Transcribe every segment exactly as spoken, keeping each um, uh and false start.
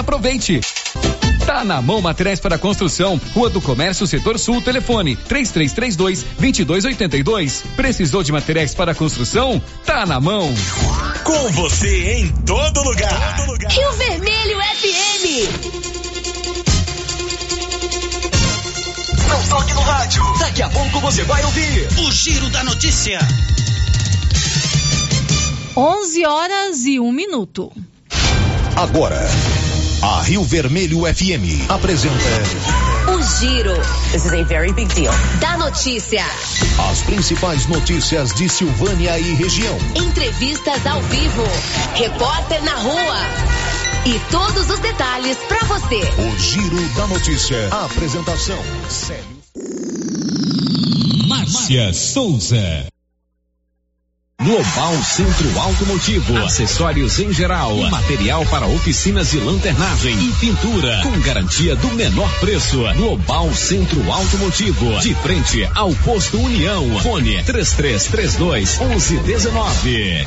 Aproveite! Tá na mão materiais para construção, Rua do Comércio, Setor Sul, telefone três três três dois, dois dois oito dois. Precisou de materiais para construção? Tá na mão. Com você em todo lugar. Todo lugar. Rio Vermelho F M. Não toque no rádio. Daqui a pouco você vai ouvir o Giro da Notícia. onze horas e um minuto. Agora, a Rio Vermelho F M apresenta o Giro. This is a very big deal. Da notícia. As principais notícias de Silvânia e região. Entrevistas ao vivo. Repórter na rua. E todos os detalhes para você. O Giro da Notícia. A apresentação. Sério. Márcia Souza. Global Centro Automotivo, acessórios em geral, material para oficinas de lanternagem e pintura, com garantia do menor preço. Global Centro Automotivo, de frente ao posto União. Fone três três três dois, um um um nove.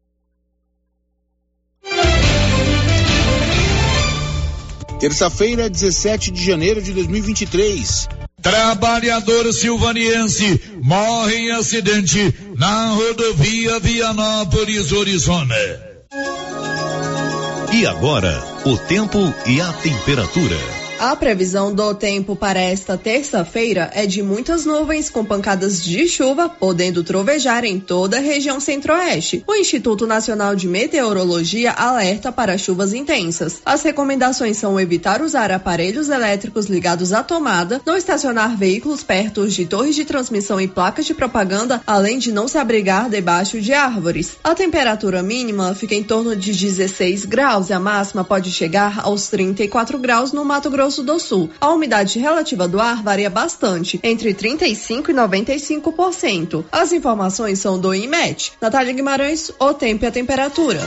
Terça-feira, dezessete de janeiro de dois mil e vinte e três. Trabalhador silvaniense morre em acidente na rodovia Vianópolis Orizona. E agora, o tempo e a temperatura. A previsão do tempo para esta terça-feira é de muitas nuvens com pancadas de chuva, podendo trovejar em toda a região centro-oeste. O Instituto Nacional de Meteorologia alerta para chuvas intensas. As recomendações são evitar usar aparelhos elétricos ligados à tomada, não estacionar veículos perto de torres de transmissão e placas de propaganda, além de não se abrigar debaixo de árvores. A temperatura mínima fica em torno de dezesseis graus e a máxima pode chegar aos trinta e quatro graus no Mato Grosso do Sul. A umidade relativa do ar varia bastante, entre trinta e cinco por cento e noventa e cinco por cento. As informações são do IMET. Natália Guimarães, o tempo e a temperatura.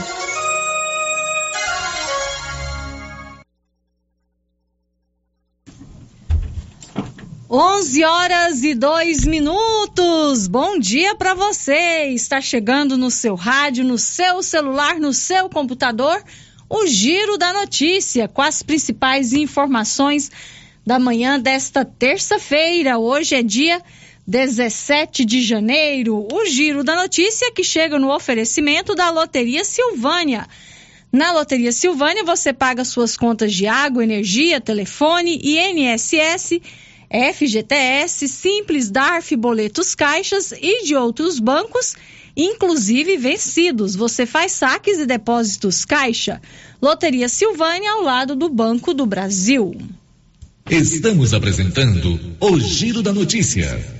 onze horas e dois minutos. Bom dia para você. Está chegando no seu rádio, no seu celular, no seu computador, o Giro da Notícia, com as principais informações da manhã desta terça-feira. Hoje é dia dezessete de janeiro. O Giro da Notícia que chega no oferecimento da Loteria Silvânia. Na Loteria Silvânia você paga suas contas de água, energia, telefone, I N S S, F G T S, Simples, D A R F, boletos, caixas e de outros bancos, inclusive vencidos. Você faz saques e depósitos caixa. Loteria Silvânia, ao lado do Banco do Brasil. Estamos apresentando o Giro da Notícia.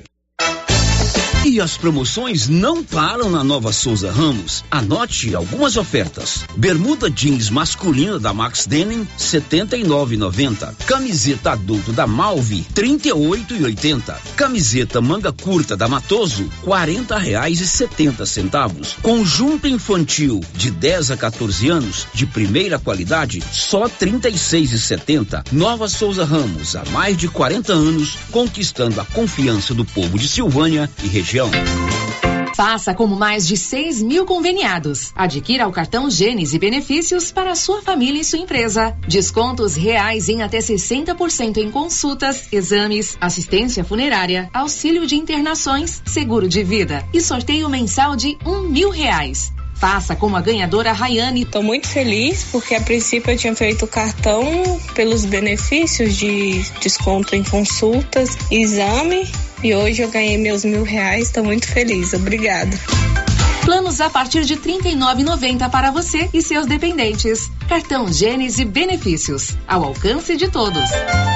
E as promoções não param na Nova Souza Ramos. Anote algumas ofertas. Bermuda jeans masculina da Max Denim, setenta e nove reais e noventa centavos. Camiseta adulto da Malvi, trinta e oito reais e oitenta centavos. Camiseta manga curta da Matoso, quarenta reais e setenta centavos. Conjunto infantil de dez a quatorze anos, de primeira qualidade, só trinta e seis reais e setenta centavos. Nova Souza Ramos, há mais de quarenta anos, conquistando a confiança do povo de Silvânia e região. Faça como mais de seis mil conveniados. Adquira o cartão Gênesis e benefícios para a sua família e sua empresa. Descontos reais em até sessenta por cento em consultas, exames, assistência funerária, auxílio de internações, seguro de vida e sorteio mensal de um mil reais. Faça como a ganhadora Rayane. Estou muito feliz porque a princípio eu tinha feito o cartão pelos benefícios de desconto em consultas, exame, e hoje eu ganhei meus mil reais. Estou muito feliz. Obrigada. Planos a partir de trinta e nove reais e noventa centavos para você e seus dependentes. Cartão Gênesis e benefícios, ao alcance de todos.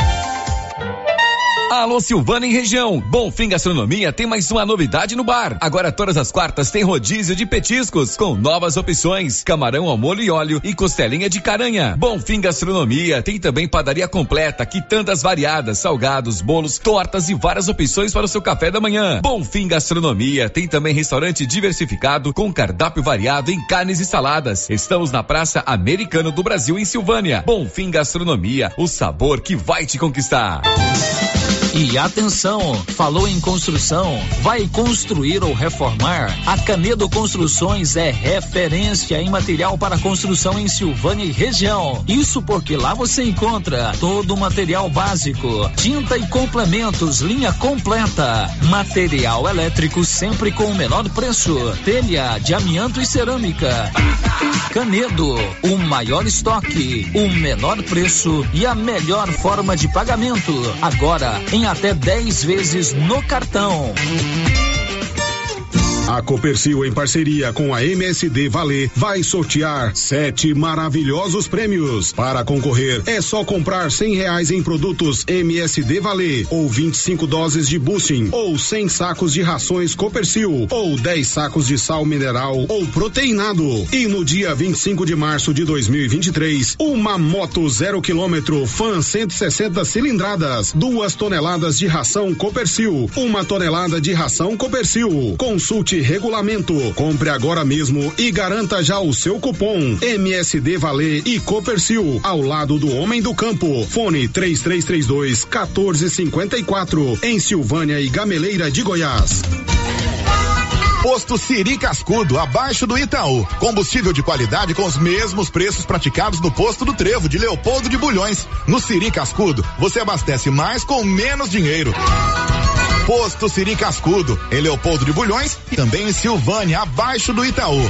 Alô Silvânia em região, Bonfim Gastronomia tem mais uma novidade no bar. Agora todas as quartas tem rodízio de petiscos com novas opções, camarão ao molho e óleo e costelinha de caranha. Bonfim Gastronomia tem também padaria completa, quitandas variadas, salgados, bolos, tortas e várias opções para o seu café da manhã. Bonfim Gastronomia tem também restaurante diversificado com cardápio variado em carnes e saladas. Estamos na Praça Americano do Brasil em Silvânia. Bonfim Gastronomia, o sabor que vai te conquistar. E atenção, falou em construção, vai construir ou reformar? A Canedo Construções é referência em material para construção em Silvânia e região. Isso porque lá você encontra todo o material básico, tinta e complementos, linha completa, material elétrico sempre com o menor preço, telha de amianto e cerâmica. Canedo, o maior estoque, o menor preço e a melhor forma de pagamento. Agora em até dez vezes no cartão. A Copercil, em parceria com a M S D Valer, vai sortear sete maravilhosos prêmios. Para concorrer, é só comprar cem reais em produtos M S D Valer, ou vinte e cinco doses de boosting, ou cem sacos de rações Copercil, ou dez sacos de sal mineral ou proteinado. E no dia vinte e cinco de março de dois mil e vinte e três, uma moto zero quilômetro Fan cento e sessenta cilindradas, duas toneladas de ração Copercil, uma tonelada de ração Copercil. Consulte regulamento. Compre agora mesmo e garanta já o seu cupom M S D Valer e Copercil, ao lado do Homem do Campo. Fone três três três dois, um quatro cinco quatro, em Silvânia e Gameleira de Goiás. Posto Siri Cascudo, abaixo do Itaú. Combustível de qualidade com os mesmos preços praticados no posto do Trevo de Leopoldo de Bulhões. No Siri Cascudo, você abastece mais com menos dinheiro. Posto Siri Cascudo, em Leopoldo de Bulhões e também em Silvânia, abaixo do Itaú.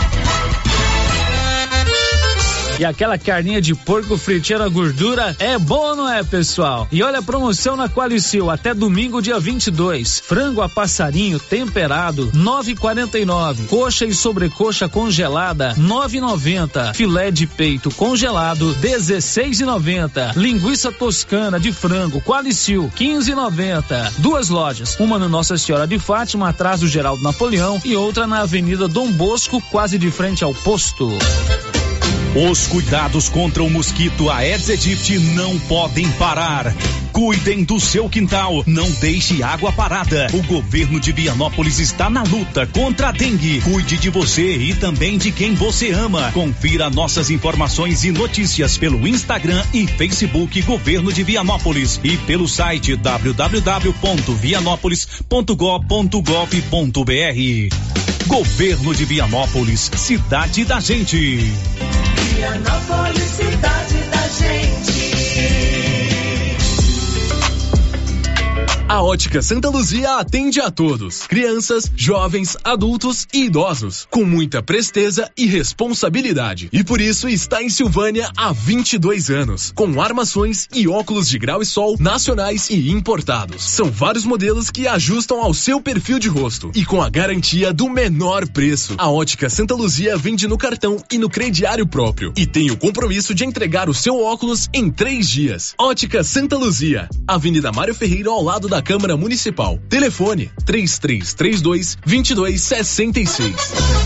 E aquela carninha de porco fritinha na gordura é boa, não é, pessoal? E olha a promoção na Qualicil até domingo, dia vinte e dois. Frango a passarinho temperado, nove e quarenta e nove. Coxa e sobrecoxa congelada, nove e noventa. Filé de peito congelado, dezesseis e noventa. Linguiça toscana de frango Qualicil, quinze e noventa. Duas lojas, uma no Nossa Senhora de Fátima, atrás do Geraldo Napoleão, e outra na Avenida Dom Bosco, quase de frente ao posto. Os cuidados contra o mosquito Aedes aegypti não podem parar. Cuidem do seu quintal, não deixe água parada. O governo de Vianópolis está na luta contra a dengue. Cuide de você e também de quem você ama. Confira nossas informações e notícias pelo Instagram e Facebook Governo de Vianópolis e pelo site w w w ponto vianópolis ponto gov ponto gov ponto b r. Governo de Vianópolis, cidade da gente. Vianópolis, cidade da gente. A Ótica Santa Luzia atende a todos, crianças, jovens, adultos e idosos, com muita presteza e responsabilidade. E por isso está em Silvânia há vinte e dois anos, com armações e óculos de grau e sol nacionais e importados. São vários modelos que ajustam ao seu perfil de rosto e com a garantia do menor preço. A Ótica Santa Luzia vende no cartão e no crediário próprio e tem o compromisso de entregar o seu óculos em três dias. Ótica Santa Luzia, Avenida Mário Ferreira, ao lado da Câmara Municipal. Telefone três três três dois, dois dois seis seis.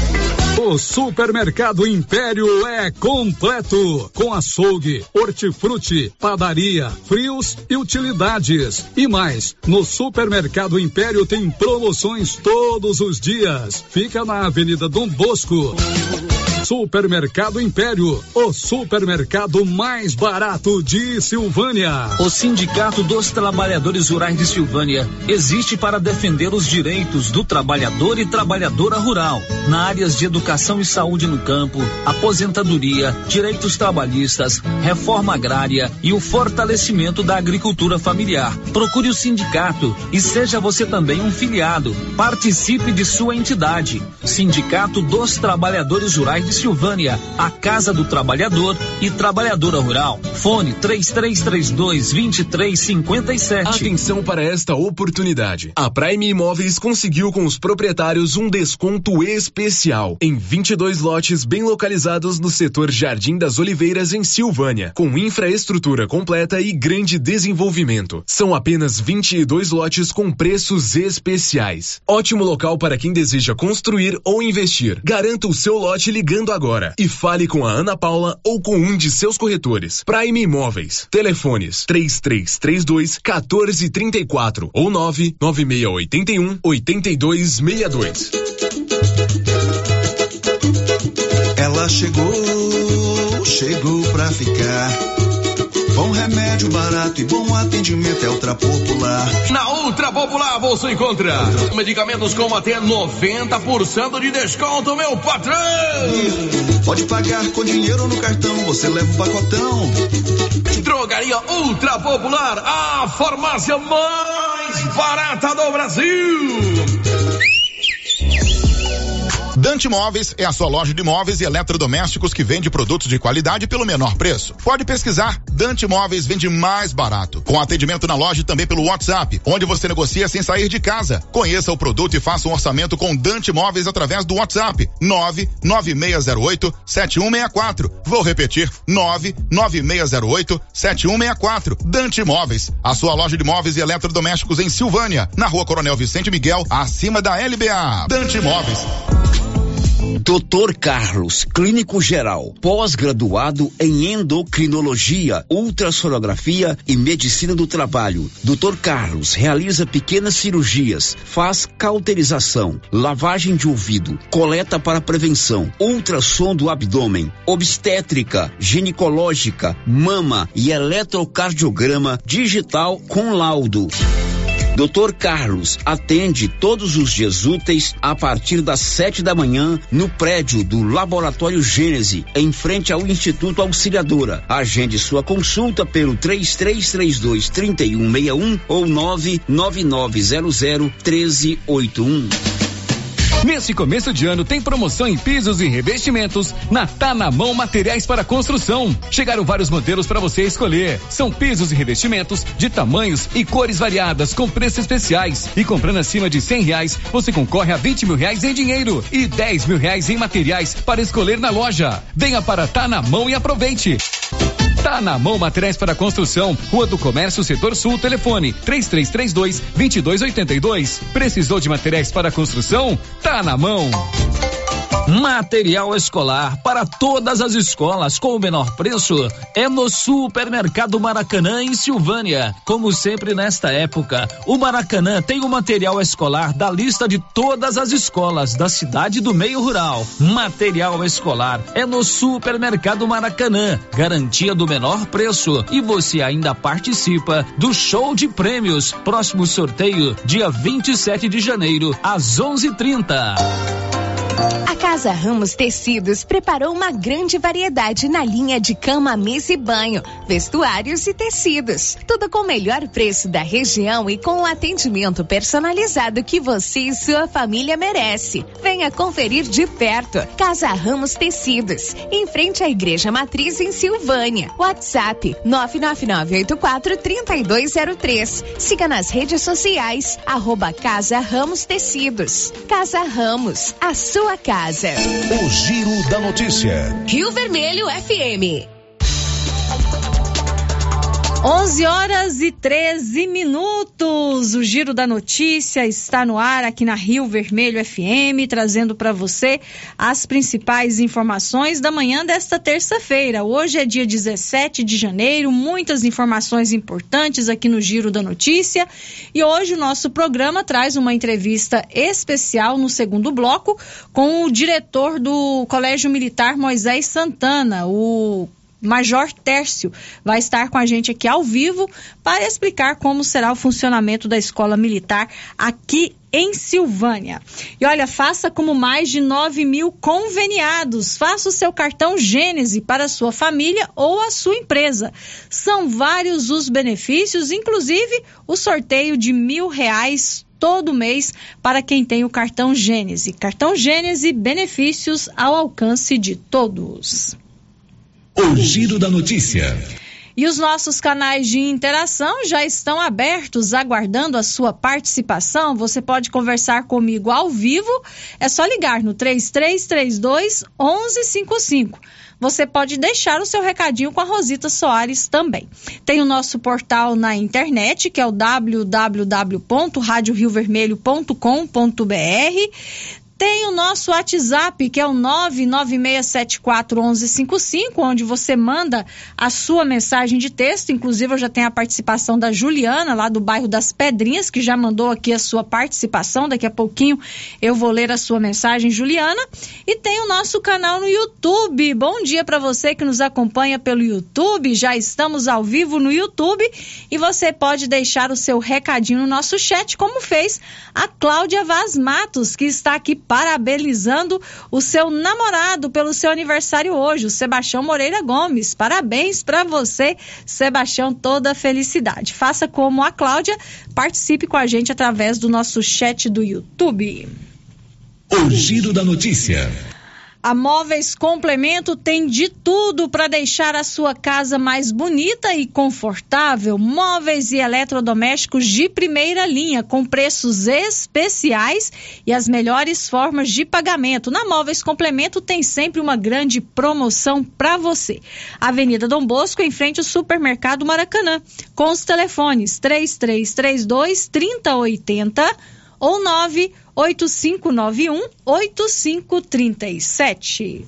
O Supermercado Império é completo, com açougue, hortifruti, padaria, frios e utilidades. E mais, no Supermercado Império tem promoções todos os dias. Fica na Avenida Dom Bosco. Supermercado Império, o supermercado mais barato de Silvânia. O Sindicato dos Trabalhadores Rurais de Silvânia existe para defender os direitos do trabalhador e trabalhadora rural, na áreas de educação e saúde no campo, aposentadoria, direitos trabalhistas, reforma agrária e o fortalecimento da agricultura familiar. Procure o sindicato e seja você também um filiado. Participe de sua entidade. Sindicato dos Trabalhadores Rurais de Silvânia, a Casa do Trabalhador e Trabalhadora Rural. Fone três três três dois, dois três cinco sete. Atenção para esta oportunidade. A Prime Imóveis conseguiu com os proprietários um desconto especial em vinte e dois lotes bem localizados no setor Jardim das Oliveiras, em Silvânia, com infraestrutura completa e grande desenvolvimento. São apenas vinte e dois lotes com preços especiais. Ótimo local para quem deseja construir ou investir. Garanta o seu lote ligando agora e fale com a Ana Paula ou com um de seus corretores. Prime Imóveis. Telefones três três três dois, um quatro três quatro ou nove nove seis oito um, oito dois seis dois. Ela chegou, chegou pra ficar. Bom bom remédio barato e bom atendimento é Ultra Popular. Na Ultra Popular você encontra medicamentos com até noventa por cento de desconto, meu patrão. Pode pagar com dinheiro no cartão, você leva o pacotão. Drogaria Ultra Popular, a farmácia mais barata do Brasil. Dante Móveis é a sua loja de móveis e eletrodomésticos que vende produtos de qualidade pelo menor preço. Pode pesquisar, Dante Móveis vende mais barato. Com atendimento na loja e também pelo WhatsApp, onde você negocia sem sair de casa. Conheça o produto e faça um orçamento com Dante Móveis através do WhatsApp nove nove seis zero oito sete um seis quatro. Vou repetir, nove nove seis zero oito sete um seis quatro. Dante Móveis, a sua loja de móveis e eletrodomésticos em Silvânia, na Rua Coronel Vicente Miguel, acima da L B A. Dante Móveis. doutor Carlos, clínico geral, pós-graduado em endocrinologia, ultrassonografia e medicina do trabalho. doutor Carlos realiza pequenas cirurgias, faz cauterização, lavagem de ouvido, coleta para prevenção, ultrassom do abdômen, obstétrica, ginecológica, mama e eletrocardiograma digital com laudo. doutor Carlos atende todos os dias úteis a partir das sete da manhã no prédio do Laboratório Gênese, em frente ao Instituto Auxiliadora. Agende sua consulta pelo três três três dois, três um seis um ou nove nove nove zero zero um três oito um. Neste começo de ano tem promoção em pisos e revestimentos na Tá na Mão Materiais para Construção. Chegaram vários modelos para você escolher. São pisos e revestimentos de tamanhos e cores variadas com preços especiais. E comprando acima de cem reais, você concorre a vinte mil reais em dinheiro e dez mil reais em materiais para escolher na loja. Venha para Tá na Mão e aproveite. Tá na Mão Materiais para Construção, Rua do Comércio, Setor Sul, telefone três três três dois, dois dois oito dois. Precisou de materiais para construção? Tá na mão. Material escolar para todas as escolas com o menor preço é no Supermercado Maracanã, em Silvânia. Como sempre nesta época, o Maracanã tem o material escolar da lista de todas as escolas da cidade do meio rural. Material escolar é no Supermercado Maracanã, garantia do menor preço, e você ainda participa do show de prêmios. Próximo sorteio dia vinte e sete de janeiro às onze e trinta. A Casa Ramos Tecidos preparou uma grande variedade na linha de cama, mesa e banho, vestuários e tecidos. Tudo com o melhor preço da região e com o atendimento personalizado que você e sua família merece. Venha conferir de perto. Casa Ramos Tecidos, em frente à Igreja Matriz em Silvânia. WhatsApp nove nove nove oito quatro, três dois zero três. Siga nas redes sociais, arroba Casa Ramos Tecidos. Casa Ramos, a sua casa. O Giro da Notícia. Rio Vermelho F M. onze horas e treze minutos. O Giro da Notícia está no ar aqui na Rio Vermelho F M, trazendo para você as principais informações da manhã desta terça-feira. Hoje é dia dezessete de janeiro, muitas informações importantes aqui no Giro da Notícia. E hoje o nosso programa traz uma entrevista especial no segundo bloco com o diretor do Colégio Militar Moisés Santana, o Major Tércio, vai estar com a gente aqui ao vivo para explicar como será o funcionamento da escola militar aqui em Silvânia. E olha, faça como mais de nove mil conveniados. Faça o seu cartão Gênese para a sua família ou a sua empresa. São vários os benefícios, inclusive o sorteio de mil reais todo mês para quem tem o cartão Gênese. Cartão Gênese, benefícios ao alcance de todos. O Giro da Notícia. E os nossos canais de interação já estão abertos, aguardando a sua participação. Você pode conversar comigo ao vivo, é só ligar no três três três dois, onze cinquenta e cinco. Você pode deixar o seu recadinho com a Rosita Soares também. Tem o nosso portal na internet, que é o w w w ponto rádio rio vermelho ponto com ponto b r. Tem o nosso WhatsApp, que é o nove nove seis sete quatro um um cinco cinco, onde você manda a sua mensagem de texto. Inclusive, eu já tenho a participação da Juliana, lá do bairro das Pedrinhas, que já mandou aqui a sua participação. Daqui a pouquinho eu vou ler a sua mensagem, Juliana. E tem o nosso canal no YouTube. Bom dia para você que nos acompanha pelo YouTube. Já estamos ao vivo no YouTube e você pode deixar o seu recadinho no nosso chat, como fez a Cláudia Vaz Matos, que está aqui parabenizando o seu namorado pelo seu aniversário hoje, o Sebastião Moreira Gomes. Parabéns para você, Sebastião, toda a felicidade. Faça como a Cláudia, participe com a gente através do nosso chat do YouTube. O Giro da Notícia. A Móveis Complemento tem de tudo para deixar a sua casa mais bonita e confortável. Móveis e eletrodomésticos de primeira linha, com preços especiais e as melhores formas de pagamento. Na Móveis Complemento tem sempre uma grande promoção para você. Avenida Dom Bosco, em frente ao Supermercado Maracanã, com os telefones três três três dois, três zero oito zero ou nove oito cinco nove um, oito cinco três sete.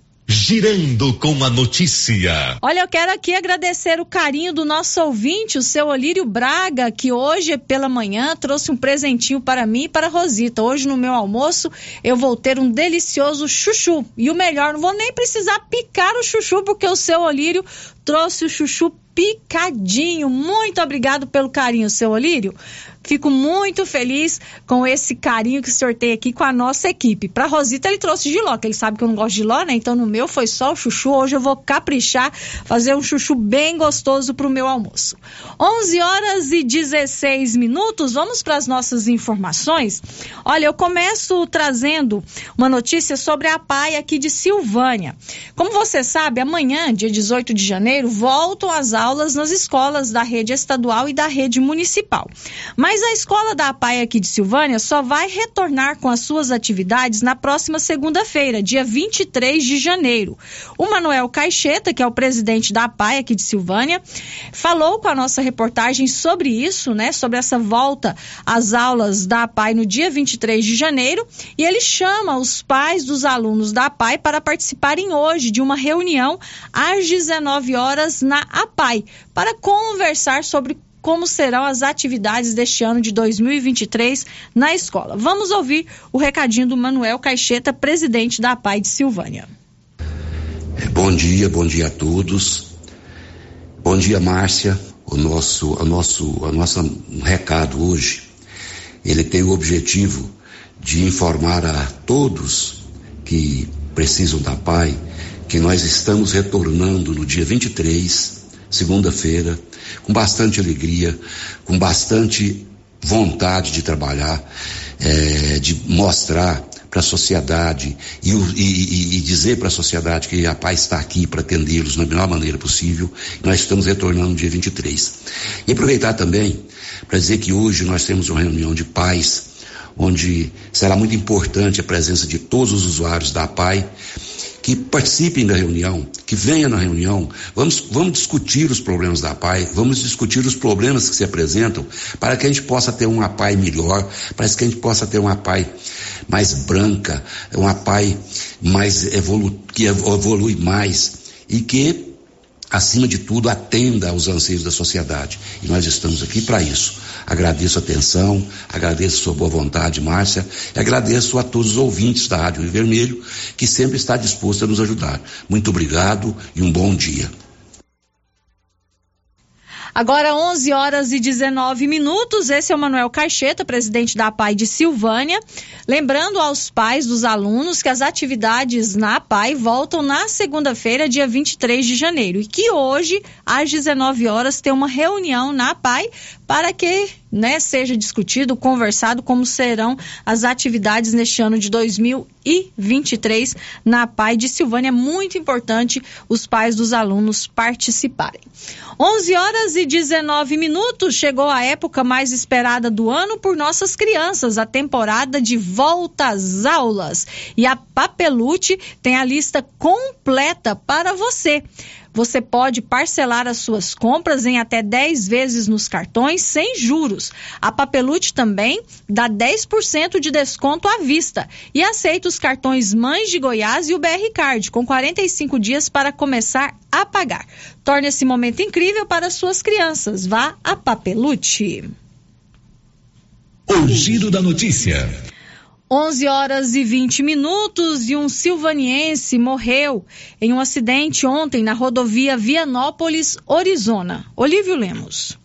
Girando com a notícia. Olha, eu quero aqui agradecer o carinho do nosso ouvinte, o seu Olírio Braga, que hoje pela manhã trouxe um presentinho para mim e para a Rosita. Hoje no meu almoço eu vou ter um delicioso chuchu. E o melhor, não vou nem precisar picar o chuchu, porque o seu Olírio trouxe o chuchu picadinho. Muito obrigado pelo carinho, seu Olírio. Fico muito feliz com esse carinho que sorteio aqui com a nossa equipe. Para Rosita ele trouxe jiló, que ele sabe que eu não gosto de jiló, né? Então no meu foi só o chuchu. Hoje eu vou caprichar, fazer um chuchu bem gostoso pro meu almoço. onze horas e dezesseis minutos, vamos para as nossas informações. Olha, eu começo trazendo uma notícia sobre a P A I aqui de Silvânia. Como você sabe, amanhã, dia dezoito de janeiro, voltam as aulas nas escolas da rede estadual e da rede municipal. Mas a escola da A P A I aqui de Silvânia só vai retornar com as suas atividades na próxima segunda-feira, dia vinte e três de janeiro. O Manuel Caixeta, que é o presidente da A P A I aqui de Silvânia, falou com a nossa reportagem sobre isso, né? Sobre essa volta às aulas da A P A I no dia vinte e três de janeiro, e ele chama os pais dos alunos da A P A I para participarem hoje de uma reunião às dezenove horas na A P A I, para conversar sobre como serão as atividades deste ano de dois mil e vinte e três na escola. Vamos ouvir o recadinho do Manuel Caixeta, presidente da A P A I de Silvânia. Bom dia, bom dia a todos. Bom dia, Márcia. O nosso, o nosso, o nosso recado hoje, ele tem o objetivo de informar a todos que precisam da A P A I que nós estamos retornando no dia vinte e três, segunda-feira, com bastante alegria, com bastante vontade de trabalhar, é, de mostrar para a sociedade e, e, e dizer para a sociedade que a P A I está aqui para atendê-los da melhor maneira possível. Nós estamos retornando no dia vinte e três. E aproveitar também para dizer que hoje nós temos uma reunião de pais, onde será muito importante a presença de todos os usuários da A P A I, que participem da reunião, que venham na reunião. Vamos, vamos discutir os problemas da A P A I, vamos discutir os problemas que se apresentam, para que a gente possa ter uma A P A I melhor, para que a gente possa ter uma A P A I mais branca, uma A P A I mais evolu que evolui mais e que, acima de tudo, atenda aos anseios da sociedade. E nós estamos aqui para isso. Agradeço a atenção, agradeço a sua boa vontade, Márcia, e agradeço a todos os ouvintes da Rádio Rio Vermelho, que sempre está disposto a nos ajudar. Muito obrigado e um bom dia. Agora onze horas e dezenove minutos, esse é o Manuel Caixeta, presidente da A P A I de Silvânia. Lembrando aos pais dos alunos que as atividades na A P A I voltam na segunda-feira, dia vinte e três de janeiro. E que hoje, às dezenove horas, tem uma reunião na A P A I para que, né, seja discutido, conversado como serão as atividades neste ano de dois mil e vinte e três na A P A I de Silvânia. É muito importante os pais dos alunos participarem. onze horas e dezenove minutos, chegou a época mais esperada do ano por nossas crianças, a temporada de volta às aulas. E a Papelute tem a lista completa para você. você pode parcelar as suas compras em até dez vezes nos cartões sem juros. A Papelute também dá dez por cento de desconto à vista e aceita os cartões Mães de Goiás e o B R Card, com quarenta e cinco dias para começar a pagar. Torne esse momento incrível para suas crianças. Vá a Papelute. O Giro da Notícia. onze horas e vinte minutos e um silvaniense morreu em um acidente ontem na rodovia Vianópolis, Orizona. Olívio Lemos.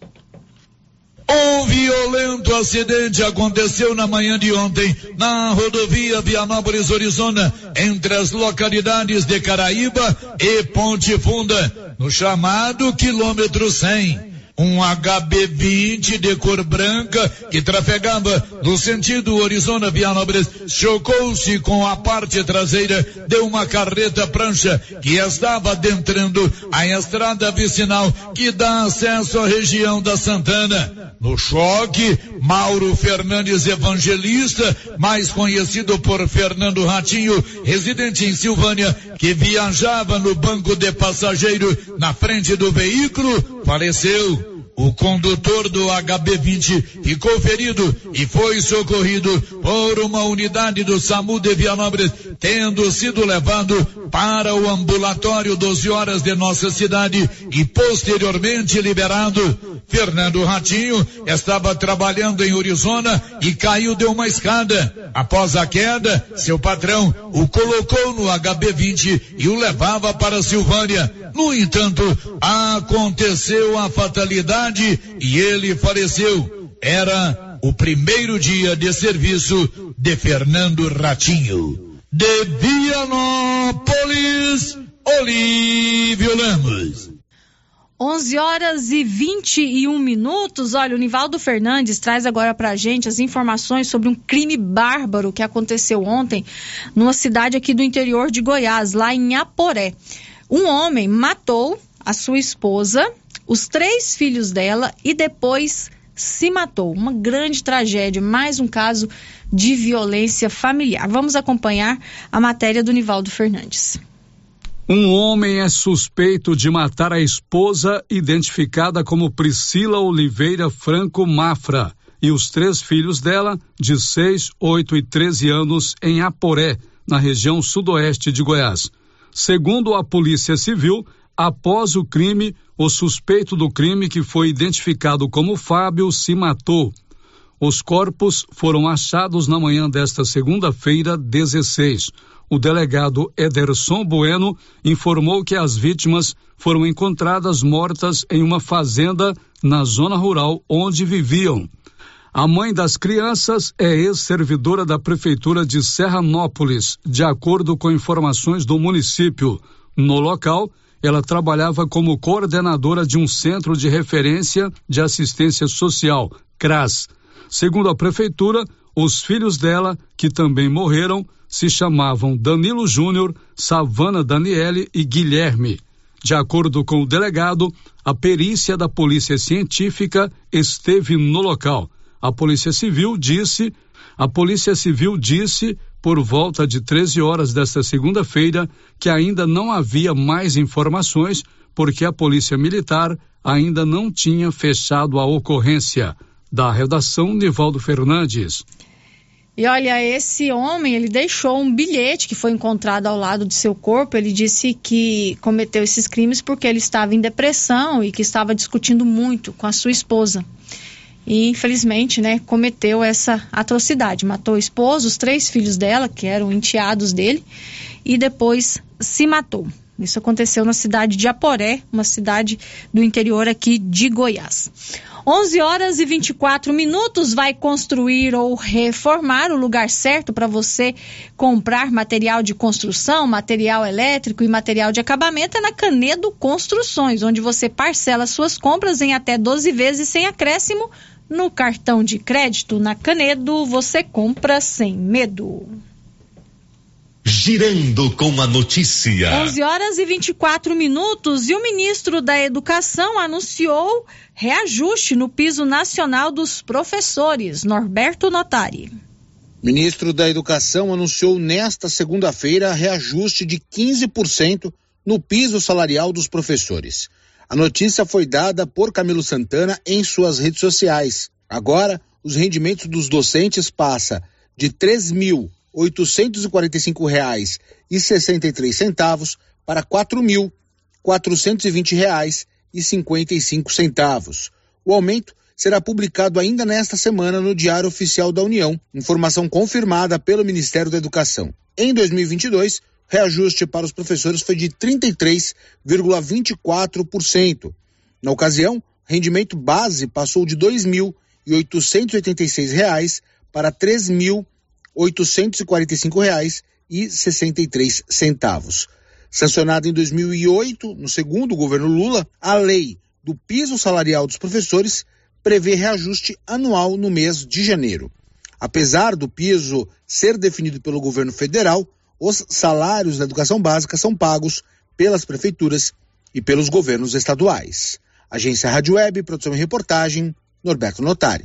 Um violento acidente aconteceu na manhã de ontem na rodovia Vianópolis, Orizona, entre as localidades de Caraíba e Ponte Funda, no chamado quilômetro cem. Um H B vinte de cor branca que trafegava no sentido Orizona-Vianópolis chocou-se com a parte traseira de uma carreta prancha que estava adentrando a estrada vicinal que dá acesso à região da Santana. No choque, Mauro Fernandes Evangelista, mais conhecido por Fernando Ratinho, residente em Silvânia, que viajava no banco de passageiro na frente do veículo, faleceu. O condutor do H B vinte ficou ferido e foi socorrido por uma unidade do SAMU de Vianópolis, tendo sido levado para o ambulatório doze horas de nossa cidade e posteriormente liberado. Fernando Ratinho estava trabalhando em Orizona e caiu de uma escada. Após a queda, seu patrão o colocou no H B vinte e o levava para Silvânia. No entanto, aconteceu a fatalidade e ele faleceu. Era o primeiro dia de serviço de Fernando Ratinho. De Vianópolis, Olívio Lemos. onze horas e vinte e um minutos. Olha, o Nivaldo Fernandes traz agora pra gente as informações sobre um crime bárbaro que aconteceu ontem numa cidade aqui do interior de Goiás, lá em Aporé. Um homem matou a sua esposa, os três filhos dela e depois se matou. Uma grande tragédia, mais um caso de violência familiar. Vamos acompanhar a matéria do Nivaldo Fernandes. Um homem é suspeito de matar a esposa, identificada como Priscila Oliveira Franco Mafra, e os três filhos dela, de seis, oito e treze anos, em Aporé, na região sudoeste de Goiás. Segundo a Polícia Civil, após o crime, o suspeito do crime, que foi identificado como Fábio, se matou. Os corpos foram achados na manhã desta segunda-feira, dezesseis. O delegado Ederson Bueno informou que as vítimas foram encontradas mortas em uma fazenda na zona rural onde viviam. A mãe das crianças é ex-servidora da Prefeitura de Serranópolis, de acordo com informações do município. No local, ela trabalhava como coordenadora de um Centro de Referência de Assistência Social, CRAS. Segundo a Prefeitura, os filhos dela, que também morreram, se chamavam Danilo Júnior, Savana Daniele e Guilherme. De acordo com o delegado, a perícia da Polícia Científica esteve no local. A Polícia Civil disse, a Polícia Civil disse, por volta de treze horas desta segunda-feira, que ainda não havia mais informações, porque a Polícia Militar ainda não tinha fechado a ocorrência. Da redação, Nivaldo Fernandes. E olha, esse homem, ele deixou um bilhete que foi encontrado ao lado de seu corpo. Ele disse que cometeu esses crimes porque ele estava em depressão e que estava discutindo muito com a sua esposa. E, infelizmente, né, cometeu essa atrocidade. Matou a esposa, os três filhos dela, que eram enteados dele, e depois se matou. Isso aconteceu na cidade de Aporé, uma cidade do interior aqui de Goiás. onze horas e vinte e quatro minutos. Vai construir ou reformar? O lugar certo para você comprar material de construção, material elétrico e material de acabamento é na Canedo Construções, onde você parcela suas compras em até doze vezes sem acréscimo no cartão de crédito. Na Canedo você compra sem medo. Girando com a notícia. onze horas e vinte e quatro minutos e o ministro da Educação anunciou reajuste no piso nacional dos professores. Norberto Notari. O ministro da Educação anunciou nesta segunda-feira reajuste de quinze por cento no piso salarial dos professores. A notícia foi dada por Camilo Santana em suas redes sociais. Agora, os rendimentos dos docentes passam de três mil oitocentos e quarenta e cinco reais e sessenta e três centavos para quatro mil quatrocentos e vinte reais e cinquenta e cinco centavos. O aumento será publicado ainda nesta semana no Diário Oficial da União, informação confirmada pelo Ministério da Educação. Em dois mil e vinte e dois, o reajuste para os professores foi de trinta e três vírgula vinte e quatro por cento. Na ocasião, o rendimento base passou de dois mil oitocentos e oitenta e seis reais para três mil oitocentos e quarenta e cinco reais e sessenta e três centavos. Sancionada em dois mil e oito, no segundo governo Lula, a lei do piso salarial dos professores prevê reajuste anual no mês de janeiro. Apesar do piso ser definido pelo governo federal, os salários da educação básica são pagos pelas prefeituras e pelos governos estaduais. Agência Rádio Web, produção e reportagem, Norberto Notari.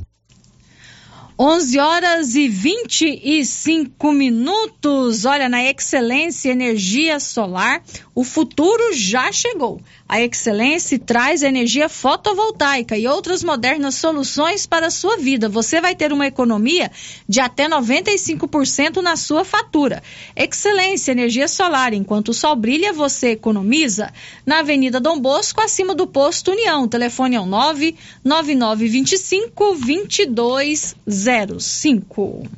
onze horas e vinte e cinco minutos. Olha, na Excelência Energia Solar, o futuro já chegou. A Excelência traz energia fotovoltaica e outras modernas soluções para a sua vida. Você vai ter uma economia de até noventa e cinco por cento na sua fatura. Excelência Energia Solar. Enquanto o sol brilha, você economiza. Na Avenida Dom Bosco, acima do Posto União. O telefone é o nove nove nove dois cinco, dois dois zero cinco.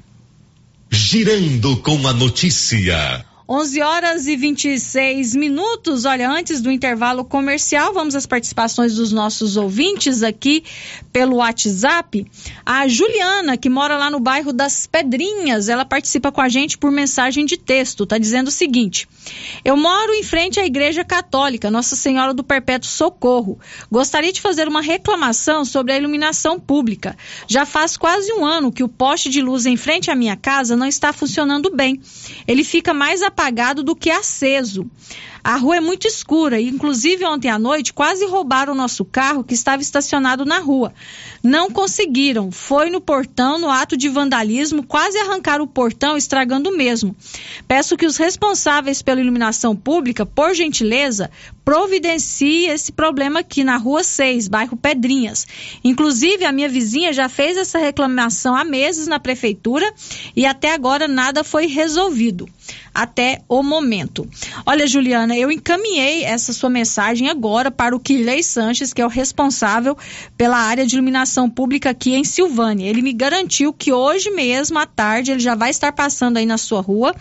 Girando com a notícia. onze horas e vinte e seis minutos. Olha, antes do intervalo comercial, vamos às participações dos nossos ouvintes aqui pelo WhatsApp. A Juliana, que mora lá no bairro das Pedrinhas, ela participa com a gente por mensagem de texto. Tá dizendo o seguinte: eu moro em frente à Igreja Católica Nossa Senhora do Perpétuo Socorro. Gostaria de fazer uma reclamação sobre a iluminação pública. Já faz quase um ano que o poste de luz em frente à minha casa não está funcionando bem. Ele fica mais apagado do que aceso. A rua é muito escura e, inclusive, ontem à noite quase roubaram o nosso carro que estava estacionado na rua. Não conseguiram. Foi no portão, no ato de vandalismo, quase arrancaram o portão, estragando o mesmo. Peço que os responsáveis pela iluminação pública, por gentileza, providencie esse problema aqui na Rua seis, bairro Pedrinhas. Inclusive, a minha vizinha já fez essa reclamação há meses na prefeitura e até agora nada foi resolvido. Até o momento. Olha, Juliana, eu encaminhei essa sua mensagem agora para o Kirley Sanches, que é o responsável pela área de iluminação pública aqui em Silvânia. Ele me garantiu que hoje mesmo, à tarde, ele já vai estar passando aí na sua rua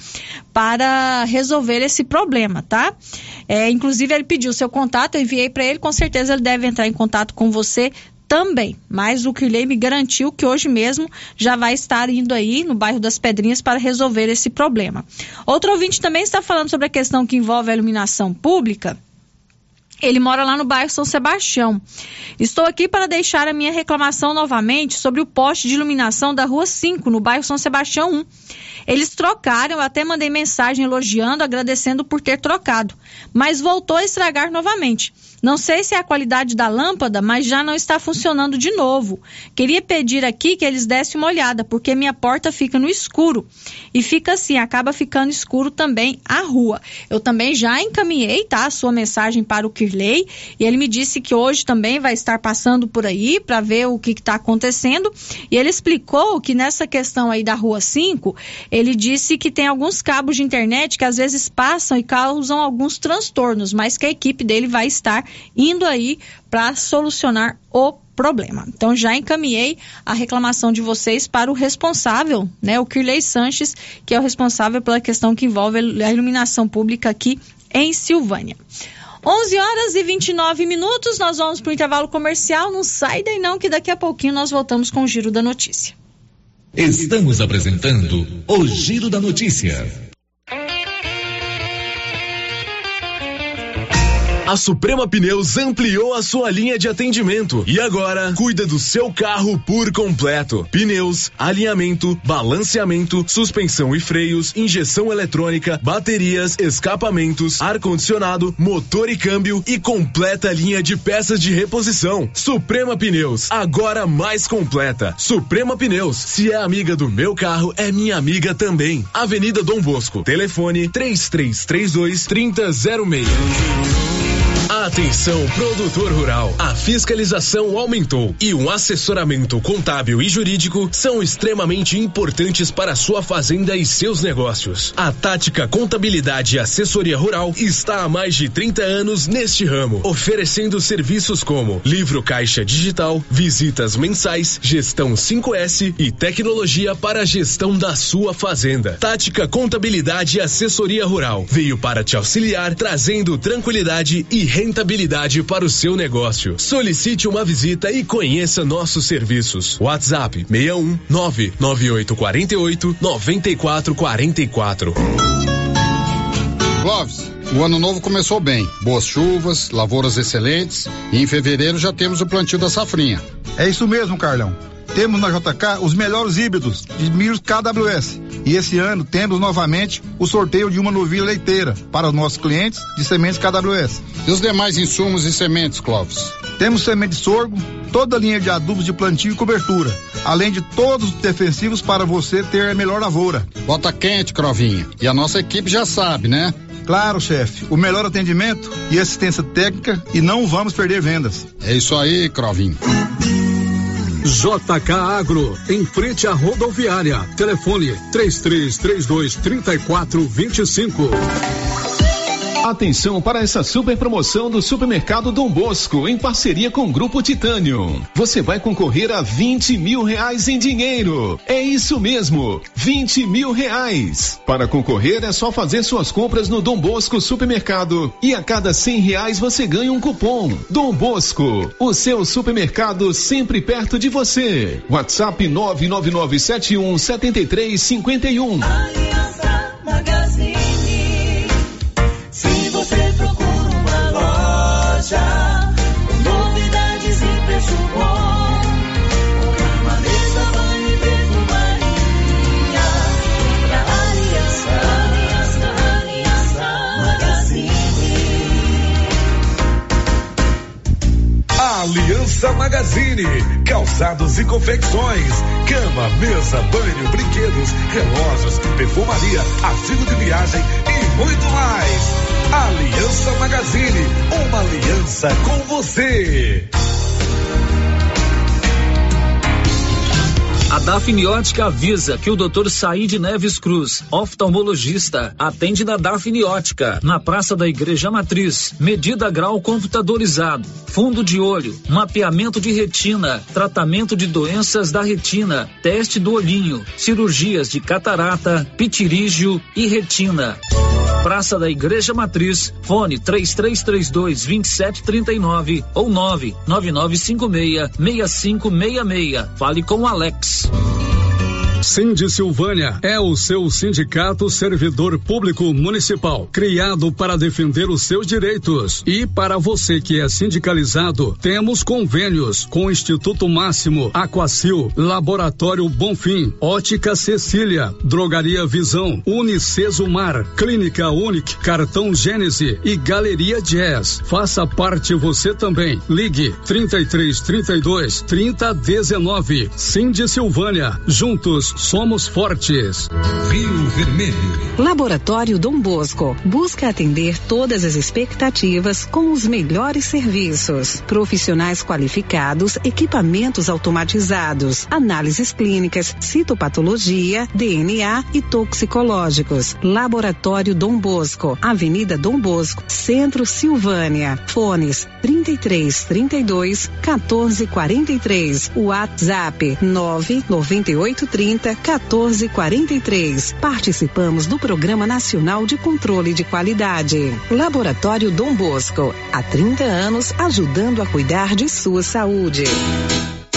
para resolver esse problema, tá? É, inclusive, ele pediu o seu contato, eu enviei para ele, com certeza ele deve entrar em contato com você também, mas o Kirley me garantiu que hoje mesmo já vai estar indo aí no bairro das Pedrinhas para resolver esse problema. Outro ouvinte também está falando sobre a questão que envolve a iluminação pública. Ele mora lá no bairro São Sebastião. Estou aqui para deixar a minha reclamação novamente sobre o poste de iluminação da Rua cinco, no bairro São Sebastião um. Eles trocaram, eu até mandei mensagem elogiando, agradecendo por ter trocado, mas voltou a estragar novamente. Não sei se é a qualidade da lâmpada, mas já não está funcionando de novo. Queria pedir aqui que eles dessem uma olhada, porque minha porta fica no escuro. E fica assim, acaba ficando escuro também a rua. Eu também já encaminhei, tá, a sua mensagem para o Kirley, e ele me disse que hoje também vai estar passando por aí para ver o que está acontecendo. E ele explicou que nessa questão aí da Rua cinco, ele disse que tem alguns cabos de internet que às vezes passam e causam alguns transtornos, mas que a equipe dele vai estar indo aí para solucionar o problema. Então já encaminhei a reclamação de vocês para o responsável, né, o Kirley Sanches, que é o responsável pela questão que envolve a iluminação pública aqui em Silvânia. onze horas e vinte e nove minutos, nós vamos para o intervalo comercial. Não sai daí não, que daqui a pouquinho nós voltamos com o Giro da Notícia. Estamos apresentando o Giro da Notícia. A Suprema Pneus ampliou a sua linha de atendimento e agora cuida do seu carro por completo. Pneus, alinhamento, balanceamento, suspensão e freios, injeção eletrônica, baterias, escapamentos, ar-condicionado, motor e câmbio e completa linha de peças de reposição. Suprema Pneus, agora mais completa. Suprema Pneus, se é amiga do meu carro, é minha amiga também. Avenida Dom Bosco, telefone três três três dois, três zero zero seis. Atenção, produtor rural. A fiscalização aumentou e um assessoramento contábil e jurídico são extremamente importantes para a sua fazenda e seus negócios. A Tática Contabilidade e Assessoria Rural está há mais de trinta anos neste ramo, oferecendo serviços como livro caixa digital, visitas mensais, gestão cinco S e tecnologia para a gestão da sua fazenda. Tática Contabilidade e Assessoria Rural veio para te auxiliar, trazendo tranquilidade e rentabilidade para o seu negócio. Solicite uma visita e conheça nossos serviços. WhatsApp seis um nove nove oito quatro oito nove quatro quatro quatro. Clóvis, o ano novo começou bem. Boas chuvas, lavouras excelentes e em fevereiro já temos o plantio da safrinha. É isso mesmo, Carlão. Temos na J K os melhores híbridos de milho K W S. E esse ano temos novamente o sorteio de uma novilha leiteira para os nossos clientes de sementes K W S. E os demais insumos e sementes, Clóvis? Temos semente de sorgo, toda a linha de adubos de plantio e cobertura, além de todos os defensivos para você ter a melhor lavoura. Bota quente, Crovinha. E a nossa equipe já sabe, né? Claro, chefe. O melhor atendimento e assistência técnica e não vamos perder vendas. É isso aí, Crovinha. J K Agro, em frente à rodoviária. Telefone três três três dois, três quatro dois cinco. Atenção para essa super promoção do Supermercado Dom Bosco, em parceria com o Grupo Titânio. Você vai concorrer a vinte mil reais em dinheiro. É isso mesmo, vinte mil reais. Para concorrer é só fazer suas compras no Dom Bosco Supermercado e a cada cem reais você ganha um cupom. Dom Bosco, o seu supermercado sempre perto de você. WhatsApp nove nove nove sete um sete três cinco um. Aliança Magazine. Se você procura uma loja com novidades e preço bom, cama, mesa, banho e perfumaria, pra Aliança, Aliança, Aliança Magazine. Aliança Magazine, calçados e confecções, cama, mesa, banho, brinquedos, relógios, perfumaria, artigo de viagem e muito mais. Aliança Magazine, uma aliança com você. A Dafniótica avisa que o doutor Saíde Neves Cruz, oftalmologista, atende na Dafniótica, na Praça da Igreja Matriz. Medida grau computadorizado, fundo de olho, mapeamento de retina, tratamento de doenças da retina, teste do olhinho, cirurgias de catarata, pitirígio e retina. Praça da Igreja Matriz, fone três três três dois, dois sete três nove ou nove nove nove cinco seis, seis cinco seis seis. Fale com o Alex. Sindi Silvânia é o seu sindicato servidor público municipal, criado para defender os seus direitos. E para você que é sindicalizado, temos convênios com o Instituto Máximo, Aquacil, Laboratório Bonfim, Ótica Cecília, Drogaria Visão, Unicesumar, Clínica Unic, Cartão Gênese e Galeria Jazz. Faça parte você também. Ligue trinta e três, trinta e dois, trinta, dezenove. Sindi Silvânia, juntos somos fortes. Rio Vermelho. Laboratório Dom Bosco busca atender todas as expectativas com os melhores serviços. Profissionais qualificados, equipamentos automatizados, análises clínicas, citopatologia, D N A e toxicológicos. Laboratório Dom Bosco, Avenida Dom Bosco, Centro Silvânia. Fones trinta e três, trinta e dois, quatorze, quarenta e três. WhatsApp nove nove oito, trinta, quatorze, quarenta e três. Participamos do Programa Nacional de Controle de Qualidade. Laboratório Dom Bosco, há trinta anos ajudando a cuidar de sua saúde.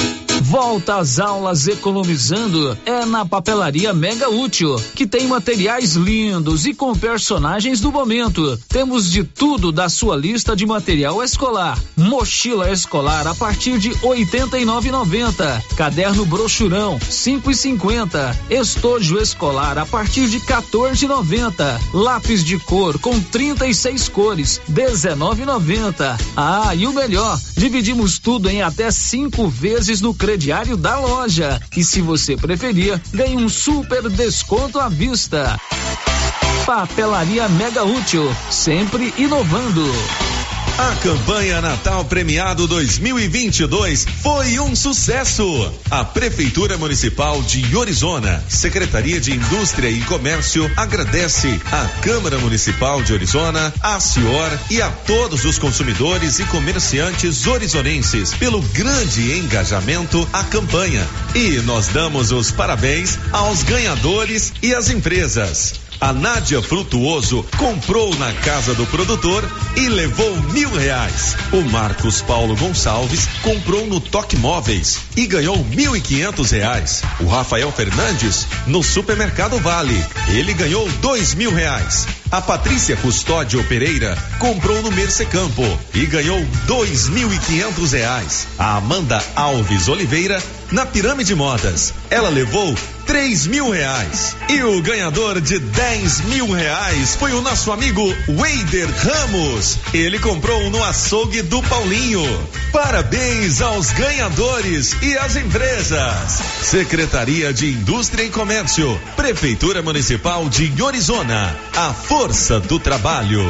Volta às aulas economizando é na Papelaria Mega Útil, que tem materiais lindos e com personagens do momento. Temos de tudo da sua lista de material escolar. Mochila escolar a partir de oitenta e nove reais e noventa centavos. Caderno brochurão cinco reais e cinquenta centavos. Estojo escolar a partir de quatorze reais e noventa centavos. Lápis de cor com trinta e seis cores dezenove reais e noventa centavos. Ah, e o melhor, dividimos tudo em até cinco vezes no crediário da loja. E se você preferir, ganhe um super desconto à vista. Papelaria Mega Útil, sempre inovando. A campanha Natal Premiado dois mil e vinte e dois foi um sucesso. A Prefeitura Municipal de Orizona, Secretaria de Indústria e Comércio agradece à Câmara Municipal de Orizona, à Cior e a todos os consumidores e comerciantes orizonenses pelo grande engajamento à campanha. E nós damos os parabéns aos ganhadores e às empresas. A Nádia Frutuoso comprou na casa do produtor e levou mil reais. O Marcos Paulo Gonçalves comprou no Toque Móveis e ganhou mil e quinhentos reais. O Rafael Fernandes no Supermercado Vale, ele ganhou dois mil reais. A Patrícia Custódio Pereira comprou no Mercecampo e ganhou dois mil e quinhentos reais. A Amanda Alves Oliveira na Pirâmide Modas, ela levou três mil reais. E o ganhador de dez mil reais foi o nosso amigo Weider Ramos. Ele comprou no açougue do Paulinho. Parabéns aos ganhadores e às empresas. Secretaria de Indústria e Comércio, Prefeitura Municipal de Orizona. A força do trabalho.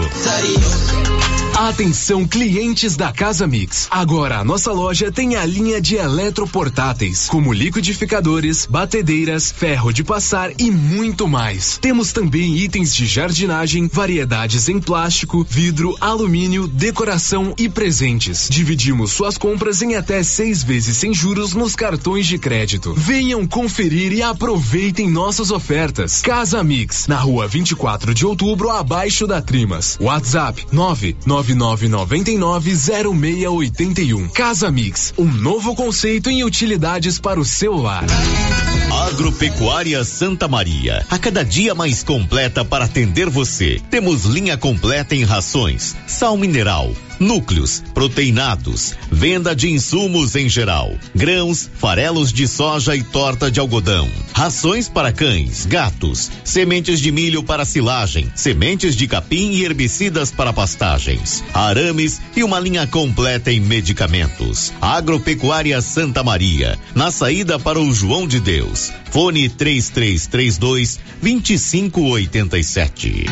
Atenção, clientes da Casa Mix. Agora a nossa loja tem a linha de eletroportáteis, como liquidificadores, batedeiras, ferro de passar e muito mais. Temos também itens de jardinagem, variedades em plástico, vidro, alumínio, decoração e presentes. Dividimos suas compras em até seis vezes sem juros nos cartões de crédito. Venham conferir e aproveitem nossas ofertas. Casa Mix, na rua vinte e quatro de outubro, abaixo da Trimas. WhatsApp nove nove nove nove nove zero seis oito um. Casa Mix, um novo conceito em utilidades para o celular. Agropecuária Santa Maria, a cada dia mais completa para atender você. Temos linha completa em rações, sal mineral, núcleos, proteinados, venda de insumos em geral, grãos, farelos de soja e torta de algodão, rações para cães, gatos, sementes de milho para silagem, sementes de capim e herbicidas para pastagens, arames e uma linha completa em medicamentos. Agropecuária Santa Maria, na saída para o João de Deus. Fone três três três dois, dois cinco oito sete.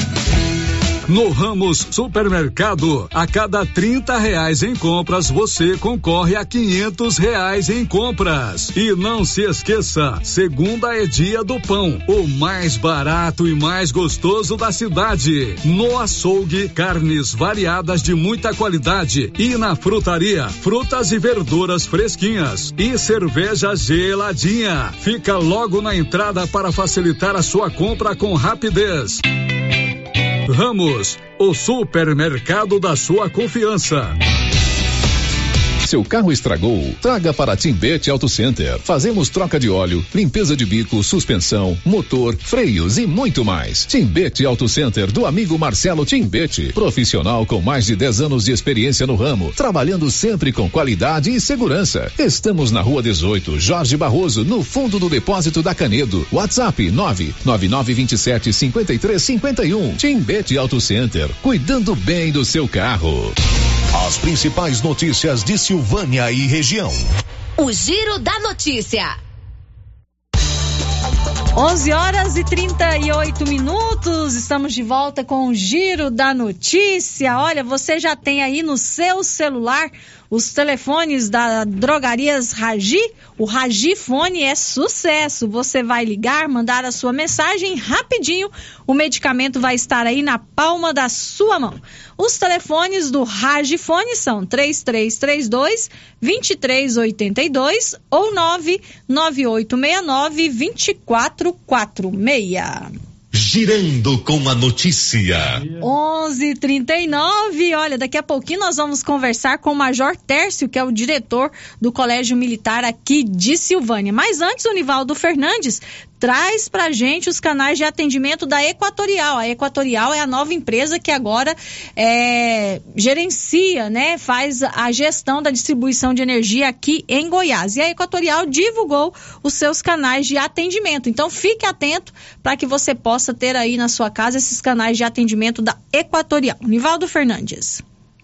No Ramos Supermercado, a cada trinta reais em compras, você concorre a quinhentos reais em compras. E não se esqueça, segunda é dia do pão, o mais barato e mais gostoso da cidade. No açougue, carnes variadas de muita qualidade. E na frutaria, frutas e verduras fresquinhas. E cerveja geladinha. Fica logo na entrada para facilitar a sua compra com rapidez. Ramos, o supermercado da sua confiança. Seu carro estragou? Traga para Timbete Auto Center. Fazemos troca de óleo, limpeza de bico, suspensão, motor, freios e muito mais. Timbete Auto Center do amigo Marcelo Timbete. Profissional com mais de dez anos de experiência no ramo, trabalhando sempre com qualidade e segurança. Estamos na Rua dezoito, Jorge Barroso, no fundo do depósito da Canedo. WhatsApp nove nove nove dois sete cinco três cinco um. Timbete Auto Center, cuidando bem do seu carro. As principais notícias de Silvânia e região. O Giro da Notícia. onze horas e trinta e oito minutos, estamos de volta com o Giro da Notícia. Olha, você já tem aí no seu celular os telefones da Drogarias Ragi? O Ragi Fone é sucesso. Você vai ligar, mandar a sua mensagem rapidinho, o medicamento vai estar aí na palma da sua mão. Os telefones do Ragi Fone são três três três dois, dois três oito dois ou nove nove oito seis nove, dois quatro quatro seis. Girando com a notícia. onze e trinta e nove, olha, daqui a pouquinho nós vamos conversar com o Major Tércio, que é o diretor do Colégio Militar aqui de Silvânia. Mas antes, o Nivaldo Fernandes traz pra gente os canais de atendimento da Equatorial. A Equatorial é a nova empresa que agora é, gerencia, né, faz a gestão da distribuição de energia aqui em Goiás. E a Equatorial divulgou os seus canais de atendimento. Então, fique atento para que você possa ter aí na sua casa esses canais de atendimento da Equatorial. Nivaldo Fernandes.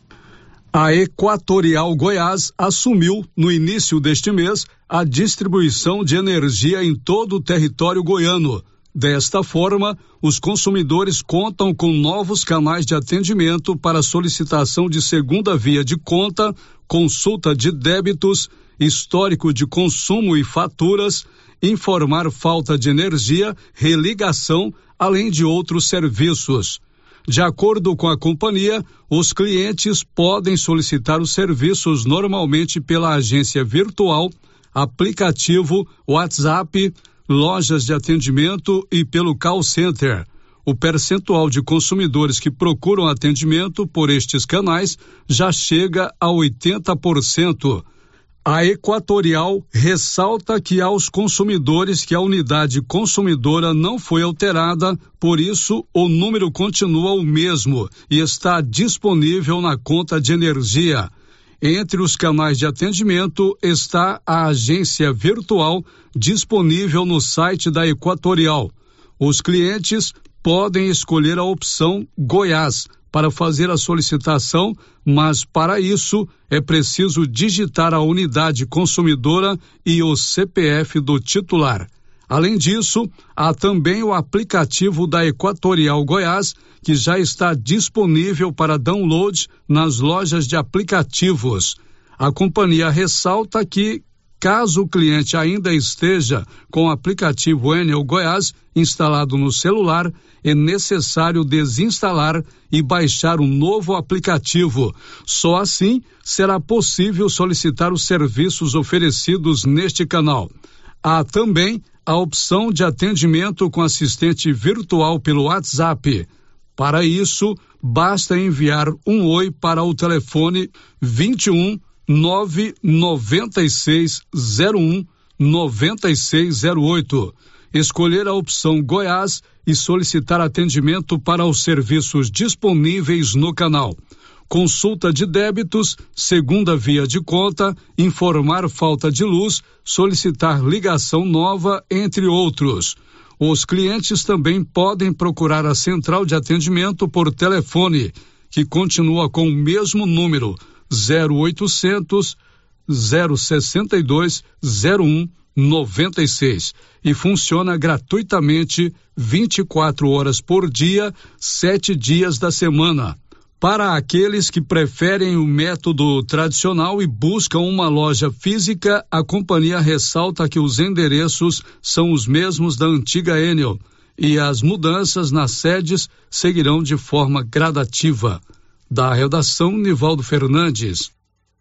A Equatorial Goiás assumiu, no início deste mês, a distribuição de energia em todo o território goiano. Desta forma, os consumidores contam com novos canais de atendimento para solicitação de segunda via de conta, consulta de débitos, histórico de consumo e faturas, informar falta de energia, religação, além de outros serviços. De acordo com a companhia, os clientes podem solicitar os serviços normalmente pela agência virtual, aplicativo, WhatsApp, lojas de atendimento e pelo call center. O percentual de consumidores que procuram atendimento por estes canais já chega a oitenta por cento. A Equatorial ressalta que aos consumidores que a unidade consumidora não foi alterada, por isso o número continua o mesmo e está disponível na conta de energia. Entre os canais de atendimento está a agência virtual disponível no site da Equatorial. Os clientes podem escolher a opção Goiás para fazer a solicitação, mas para isso é preciso digitar a unidade consumidora e o C P F do titular. Além disso, há também o aplicativo da Equatorial Goiás, que já está disponível para download nas lojas de aplicativos. A companhia ressalta que, caso o cliente ainda esteja com o aplicativo Enel Goiás instalado no celular, é necessário desinstalar e baixar um novo aplicativo. Só assim será possível solicitar os serviços oferecidos neste canal. Há também a opção de atendimento com assistente virtual pelo WhatsApp. Para isso, basta enviar um oi para o telefone vinte e um, nove noventa e seis zero um, noventa e seis zero oito. Escolher a opção Goiás e solicitar atendimento para os serviços disponíveis no canal. Consulta de débitos, segunda via de conta, informar falta de luz, solicitar ligação nova, entre outros. Os clientes também podem procurar a central de atendimento por telefone, que continua com o mesmo número, zero oitocentos, zero sessenta e dois, zero um, noventa e seis, e funciona gratuitamente vinte e quatro horas por dia, sete dias da semana. Para aqueles que preferem o método tradicional e buscam uma loja física, a companhia ressalta que os endereços são os mesmos da antiga Enel e as mudanças nas sedes seguirão de forma gradativa. Da redação, Nivaldo Fernandes.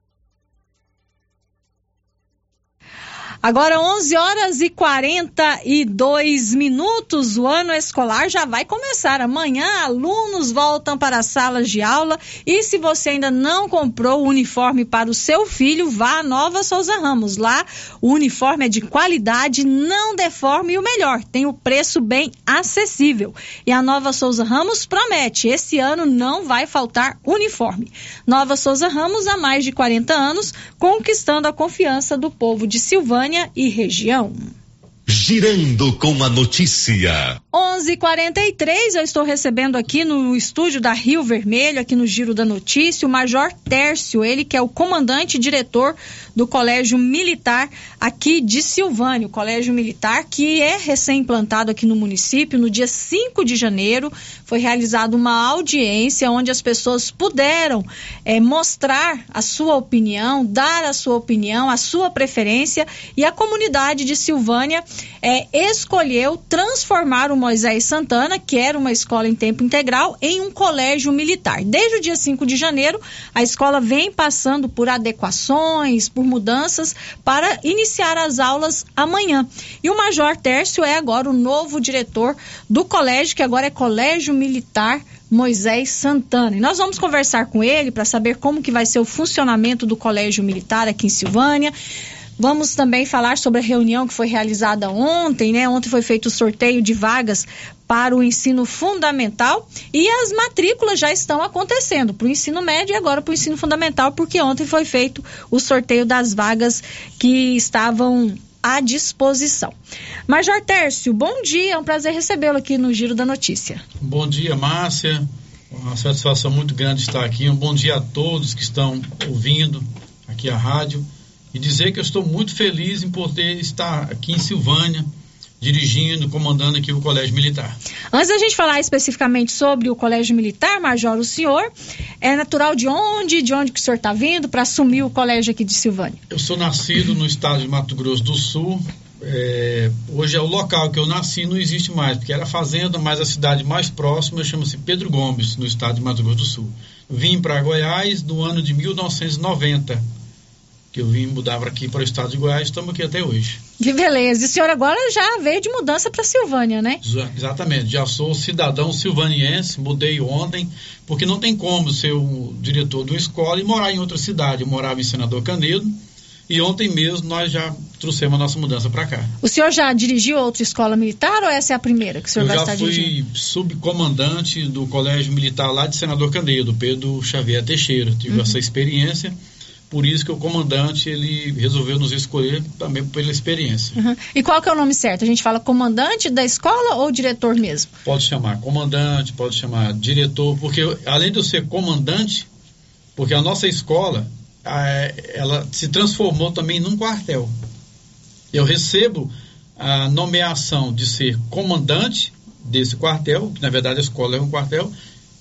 Agora onze horas e quarenta e dois minutos, o ano escolar já vai começar. Amanhã alunos voltam para as salas de aula e se você ainda não comprou o uniforme para o seu filho, vá à Nova Souza Ramos. Lá o uniforme é de qualidade, não deforme e o melhor, tem o preço bem acessível. E a Nova Souza Ramos promete, esse ano não vai faltar uniforme. Nova Souza Ramos há mais de quarenta anos, conquistando a confiança do povo de Silvânia e região. Girando com a notícia. onze e quarenta e três, eu estou recebendo aqui no estúdio da Rio Vermelho, aqui no Giro da Notícia, o Major Tércio, ele que é o comandante e diretor do Colégio Militar aqui de Silvânia. O Colégio Militar que é recém-implantado aqui no município. No dia cinco de janeiro foi realizada uma audiência onde as pessoas puderam é, mostrar a sua opinião, dar a sua opinião, a sua preferência, e a comunidade de Silvânia é, escolheu transformar o Moisés Santana, que era uma escola em tempo integral, em um colégio militar. Desde o dia cinco de janeiro, a escola vem passando por adequações, por mudanças, para iniciar as aulas amanhã. E o Major Tércio é agora o novo diretor do colégio, que agora é Colégio Militar Moisés Santana. E nós vamos conversar com ele para saber como que vai ser o funcionamento do Colégio Militar aqui em Silvânia. Vamos também falar sobre a reunião que foi realizada ontem, né? Ontem foi feito o sorteio de vagas para o ensino fundamental e as matrículas já estão acontecendo para o ensino médio e agora para o ensino fundamental, porque ontem foi feito o sorteio das vagas que estavam à disposição. Major Tércio, bom dia, é um prazer recebê-lo aqui no Giro da Notícia. Bom dia, Márcia, uma satisfação muito grande estar aqui, um bom dia a todos que estão ouvindo aqui a rádio e dizer que eu estou muito feliz em poder estar aqui em Silvânia, dirigindo, comandando aqui o Colégio Militar. Antes da gente falar especificamente sobre o Colégio Militar, Major, o senhor é natural de onde? De onde que o senhor está vindo para assumir o colégio aqui de Silvânia? Eu sou nascido no estado de Mato Grosso do Sul. É, hoje é o local que eu nasci, não existe mais, porque era fazenda, mas a cidade mais próxima chama-se Pedro Gomes, no estado de Mato Grosso do Sul. Vim para Goiás no ano de mil novecentos e noventa, que eu vim mudar aqui para o estado de Goiás, estamos aqui até hoje. Que beleza. E o senhor agora já veio de mudança para Silvânia, né? Exatamente. Já sou cidadão silvaniense, mudei ontem, porque não tem como ser o diretor de uma escola e morar em outra cidade. Eu morava em Senador Canedo e ontem mesmo nós já trouxemos a nossa mudança para cá. O senhor já dirigiu outra escola militar ou essa é a primeira que o senhor eu vai estar dirigindo? Eu já fui subcomandante do Colégio Militar lá de Senador Canedo, Pedro Xavier Teixeira. Tive uhum. essa experiência. Por isso que o comandante, ele resolveu nos escolher também pela experiência. Uhum. E qual que é o nome certo? A gente fala comandante da escola ou diretor mesmo? Pode chamar comandante, pode chamar diretor, porque além de eu ser comandante, porque a nossa escola, a, ela se transformou também num quartel. Eu recebo a nomeação de ser comandante desse quartel, que na verdade a escola é um quartel,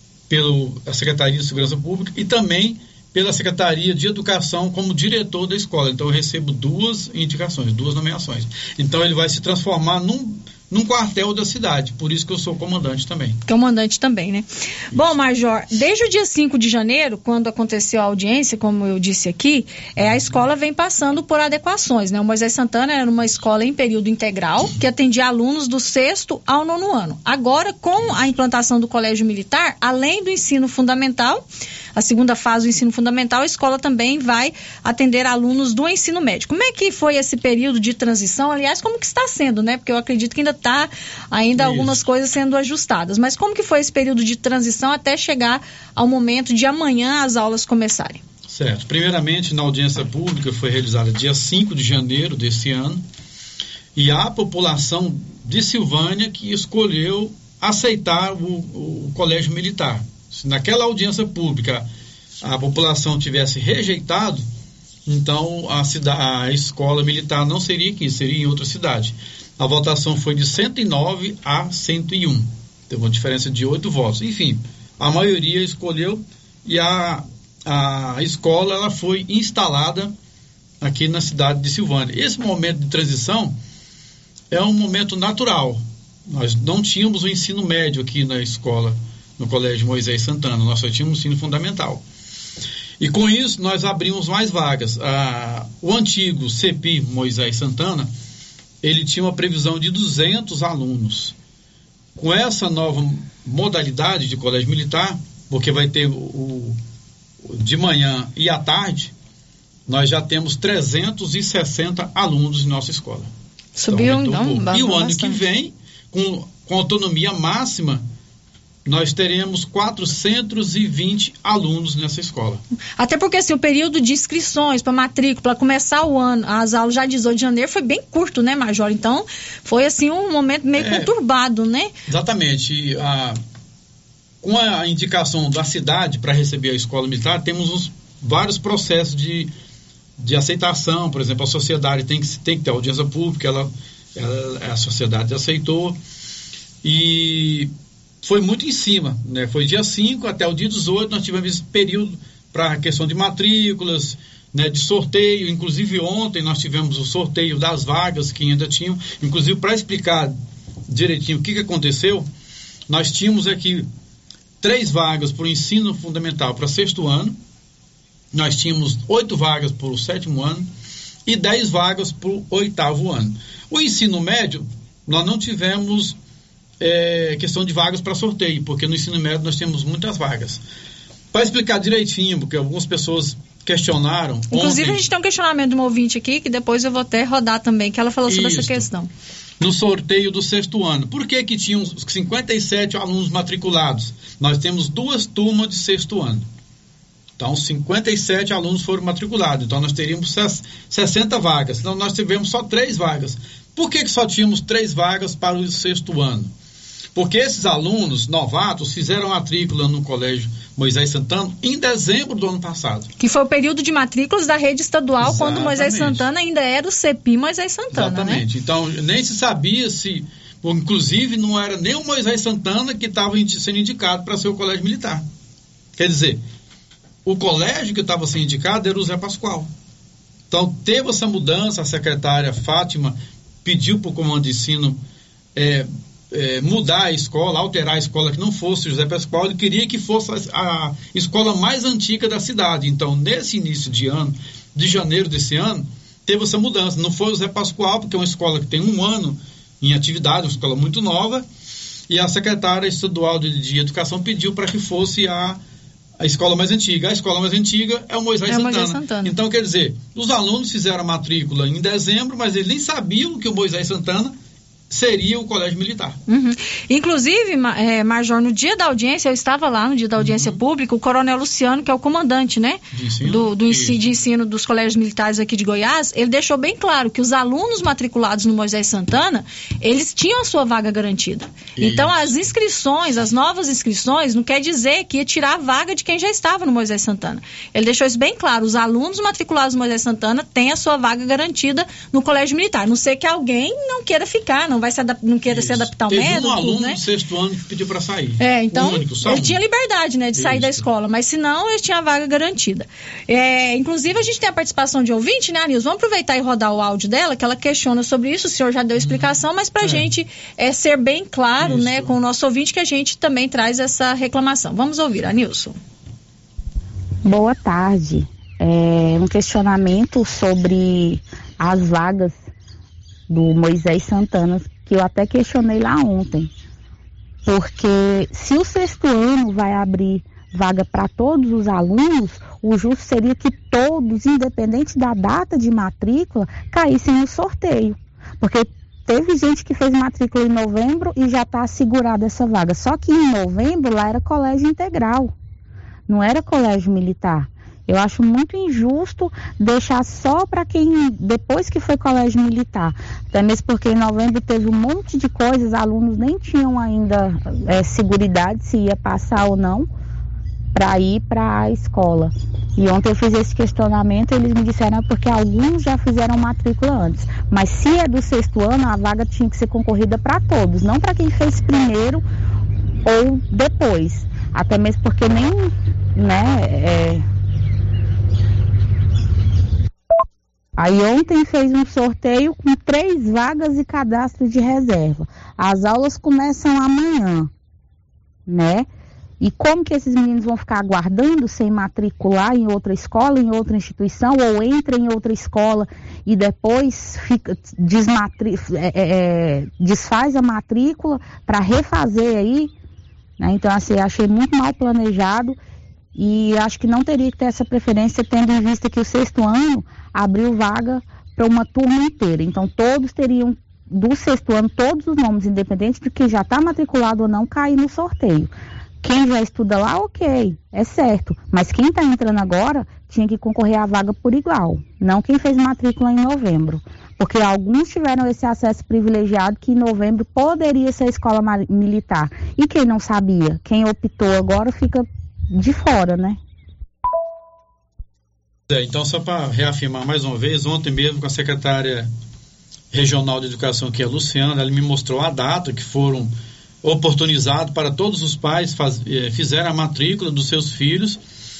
pela Secretaria de Segurança Pública e também pela Secretaria de Educação como diretor da escola. Então eu recebo duas indicações, duas nomeações. Então ele vai se transformar num, num quartel da cidade, por isso que eu sou comandante também. Comandante também, né? Isso. Bom, Major, desde o dia cinco de janeiro, quando aconteceu a audiência, como eu disse aqui, é, a escola vem passando por adequações, né? O Moisés Santana era uma escola em período integral, que atendia alunos do sexto ao nono ano. Agora, com a implantação do Colégio Militar, além do ensino fundamental, a segunda fase do ensino fundamental, a escola também vai atender alunos do ensino médio. Como é que foi esse período de transição? Aliás, como que está sendo, né? Porque eu acredito que ainda está ainda Isso. algumas coisas sendo ajustadas. Mas como que foi esse período de transição até chegar ao momento de amanhã as aulas começarem? Certo. Primeiramente, na audiência pública foi realizada dia cinco de janeiro desse ano e a população de Silvânia que escolheu aceitar o, o Colégio Militar. Se naquela audiência pública a população tivesse rejeitado, então a, cidade, a escola militar não seria aqui, seria em outra cidade. A votação foi de cento e nove a cento e um. Teve uma diferença de oito votos. Enfim, a maioria escolheu e a, a escola ela foi instalada aqui na cidade de Silvânia. Esse momento de transição é um momento natural. Nós não tínhamos o ensino médio aqui na escola, no Colégio Moisés Santana, nós só tínhamos ensino fundamental. E com isso, nós abrimos mais vagas. Ah, o antigo C P I Moisés Santana, ele tinha uma previsão de duzentos alunos. Com essa nova modalidade de colégio militar, porque vai ter o, o, o de manhã e à tarde, nós já temos trezentos e sessenta alunos em nossa escola. Subiu, então, então, e o ano bastante. que vem, com, com autonomia máxima, nós teremos quatrocentos e vinte alunos nessa escola. Até porque assim, o período de inscrições para matrícula, para começar o ano, as aulas já dezoito de janeiro, foi bem curto, né, Major? Então, foi assim um momento meio é, conturbado, né? Exatamente. E, a, com a indicação da cidade para receber a escola militar, temos uns, vários processos de, de aceitação. Por exemplo, a sociedade tem que, tem que ter audiência pública, ela, ela, a sociedade aceitou. E foi muito em cima, né? Foi dia cinco até o dia dezoito, nós tivemos esse período para a questão de matrículas, né, de sorteio. Inclusive ontem nós tivemos o sorteio das vagas que ainda tinham. Inclusive, para explicar direitinho o que, que aconteceu, nós tínhamos aqui três vagas para o ensino fundamental para sexto ano, nós tínhamos oito vagas para o sétimo ano e dez vagas para o oitavo ano. O ensino médio, nós não tivemos é, questão de vagas para sorteio, porque no ensino médio nós temos muitas vagas. Para explicar direitinho, porque algumas pessoas questionaram. Inclusive, ontem, a gente tem um questionamento de uma ouvinte aqui, que depois eu vou até rodar também, que ela falou sobre Isso. essa questão. No sorteio do sexto ano. Por que que tinham cinquenta e sete alunos matriculados? Nós temos duas turmas de sexto ano. Então, cinquenta e sete alunos foram matriculados. Então, nós teríamos sessenta vagas. Então, nós tivemos só três vagas. Por que que só tínhamos três vagas para o sexto ano? Porque esses alunos novatos fizeram matrícula no Colégio Moisés Santana em dezembro do ano passado. Que foi o período de matrículas da rede estadual, Exatamente. quando o Moisés Santana ainda era o CEPI Moisés Santana, Exatamente. né? Então, nem se sabia se... Inclusive, não era nem o Moisés Santana que estava sendo indicado para ser o colégio militar. Quer dizer, o colégio que estava sendo indicado era o Zé Pascoal. Então, teve essa mudança, a secretária Fátima pediu para o comando de ensino é, é, mudar a escola, alterar a escola, que não fosse o José Pascoal, ele queria que fosse a, a escola mais antiga da cidade. Então, nesse início de ano, de janeiro desse ano, teve essa mudança. Não foi o José Pascoal, porque é uma escola que tem um ano em atividade, uma escola muito nova, e a secretária estadual de, de educação pediu para que fosse a, a escola mais antiga. A escola mais antiga é o Moisés, é Santana. Moisés Santana. Então, quer dizer, os alunos fizeram a matrícula em dezembro, mas eles nem sabiam que o Moisés Santana seria o colégio militar. Uhum. Inclusive, é, Major, no dia da audiência, eu estava lá no dia da audiência uhum. pública, o coronel Luciano, que é o comandante, né, de ensino, do, do ensino, de ensino dos colégios militares aqui de Goiás, ele deixou bem claro que os alunos matriculados no Moisés Santana, eles tinham a sua vaga garantida. Isso. Então, as inscrições, as novas inscrições, não quer dizer que ia tirar a vaga de quem já estava no Moisés Santana. Ele deixou isso bem claro, os alunos matriculados no Moisés Santana têm a sua vaga garantida no colégio militar. Não sei que alguém não queira ficar, não vai se adap- não queira Isso. se adaptar ao Teve método, um aluno né? do sexto ano que pediu para sair. É, então, único, ele um. tinha liberdade, né, de Isso. sair da escola, mas se não, ele tinha a vaga garantida. É, inclusive, a gente tem a participação de ouvinte, né, Anilson? Vamos aproveitar e rodar o áudio dela, que ela questiona sobre isso, o senhor já deu explicação, mas pra é. gente é, ser bem claro, isso. né, com o nosso ouvinte, que a gente também traz essa reclamação. Vamos ouvir, Anilson. Boa tarde. É, um questionamento sobre as vagas do Moisés Santana, que eu até questionei lá ontem, porque se o sexto ano vai abrir vaga para todos os alunos, o justo seria que todos, independente da data de matrícula, caíssem no sorteio, porque teve gente que fez matrícula em novembro e já está assegurada essa vaga, só que em novembro lá era colégio integral, não era colégio militar. Eu acho muito injusto deixar só para quem, depois que foi colégio militar. Até mesmo porque em novembro teve um monte de coisas, alunos nem tinham ainda é, seguridade se ia passar ou não para ir para a escola. E ontem eu fiz esse questionamento e eles me disseram porque alguns já fizeram matrícula antes. Mas se é do sexto ano, a vaga tinha que ser concorrida para todos, não para quem fez primeiro ou depois. Até mesmo porque nem, né... É, Aí ontem fez um sorteio com três vagas e cadastro de reserva. As aulas começam amanhã, né? E como que esses meninos vão ficar aguardando sem matricular em outra escola, em outra instituição, ou entra em outra escola e depois fica, desmatri, é, é, desfaz a matrícula para refazer aí, né? Então, assim, achei muito mal planejado. E acho que não teria que ter essa preferência, tendo em vista que o sexto ano abriu vaga para uma turma inteira. Então, todos teriam, do sexto ano, todos os nomes, independente de quem já está matriculado ou não, cair no sorteio. Quem já estuda lá, ok, é certo. Mas quem está entrando agora tinha que concorrer à vaga por igual, não quem fez matrícula em novembro. Porque alguns tiveram esse acesso privilegiado que em novembro poderia ser a escola militar. E quem não sabia, quem optou agora fica de fora, né? É, então, só para reafirmar mais uma vez, ontem mesmo com a secretária regional de educação, que é a Luciana, ela me mostrou a data que foram oportunizados para todos os pais, faz, eh, fizeram a matrícula dos seus filhos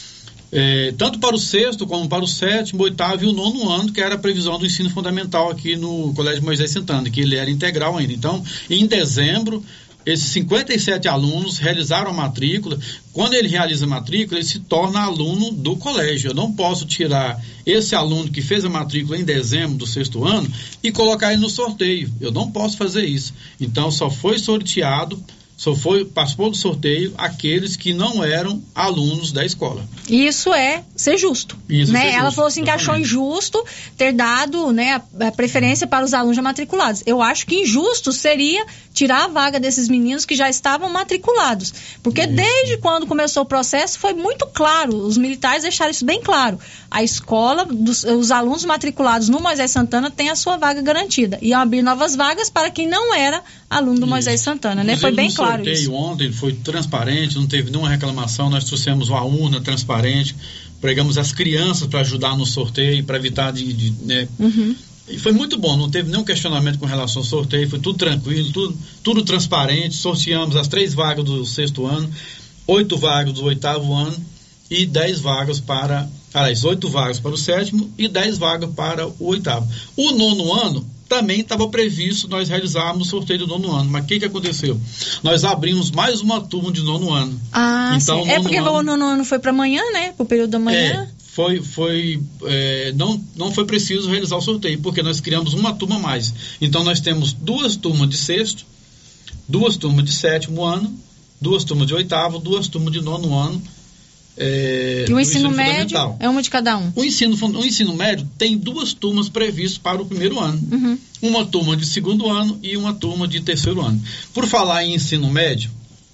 É, tanto para o sexto, como para o sétimo, oitavo e o nono ano, que era a previsão do ensino fundamental aqui no Colégio Moisés Santana, que ele era integral ainda. Então, em dezembro, esses cinquenta e sete alunos realizaram a matrícula. Quando ele realiza a matrícula, ele se torna aluno do colégio. Eu não posso tirar esse aluno que fez a matrícula em dezembro do sexto ano e colocar ele no sorteio. Eu não posso fazer isso. Então, só foi sorteado, só foi, participou do sorteio aqueles que não eram alunos da escola. Isso é ser justo. Isso né? é ser Ela justo, falou assim que achou injusto ter dado, né, a, a preferência para os alunos já matriculados. Eu acho que injusto seria tirar a vaga desses meninos que já estavam matriculados. Porque isso. Desde quando começou o processo foi muito claro, os militares deixaram isso bem claro. A escola, dos, os alunos matriculados no Moisés Santana têm a sua vaga garantida. E abrir novas vagas para quem não era aluno do isso. Moisés Santana, né? Foi bem claro isso. O sorteio ontem foi transparente, não teve nenhuma reclamação, nós trouxemos uma urna transparente, pregamos as crianças para ajudar no sorteio, para evitar de... de né? Uhum. E foi muito bom, não teve nenhum questionamento com relação ao sorteio, foi tudo tranquilo, tudo, tudo transparente, sorteamos as três vagas do sexto ano, oito vagas do oitavo ano e dez vagas para... Aliás, oito vagas para o sétimo e dez vagas para o oitavo. O nono ano também estava previsto nós realizarmos o sorteio do nono ano. Mas o que, que aconteceu? Nós abrimos mais uma turma de nono ano. Ah, então, sim. É porque ano, o nono ano foi para amanhã, né? Para o período da manhã. É, foi, foi, é, não, não foi preciso realizar o sorteio, porque nós criamos uma turma a mais. Então, nós temos duas turmas de sexto, duas turmas de sétimo ano, duas turmas de oitavo, duas turmas de nono ano. É, e o ensino, ensino médio é uma de cada um? O ensino, o ensino médio tem duas turmas previstas para o primeiro ano. Uhum. Uma turma de segundo ano e uma turma de terceiro ano. Por falar em ensino médio,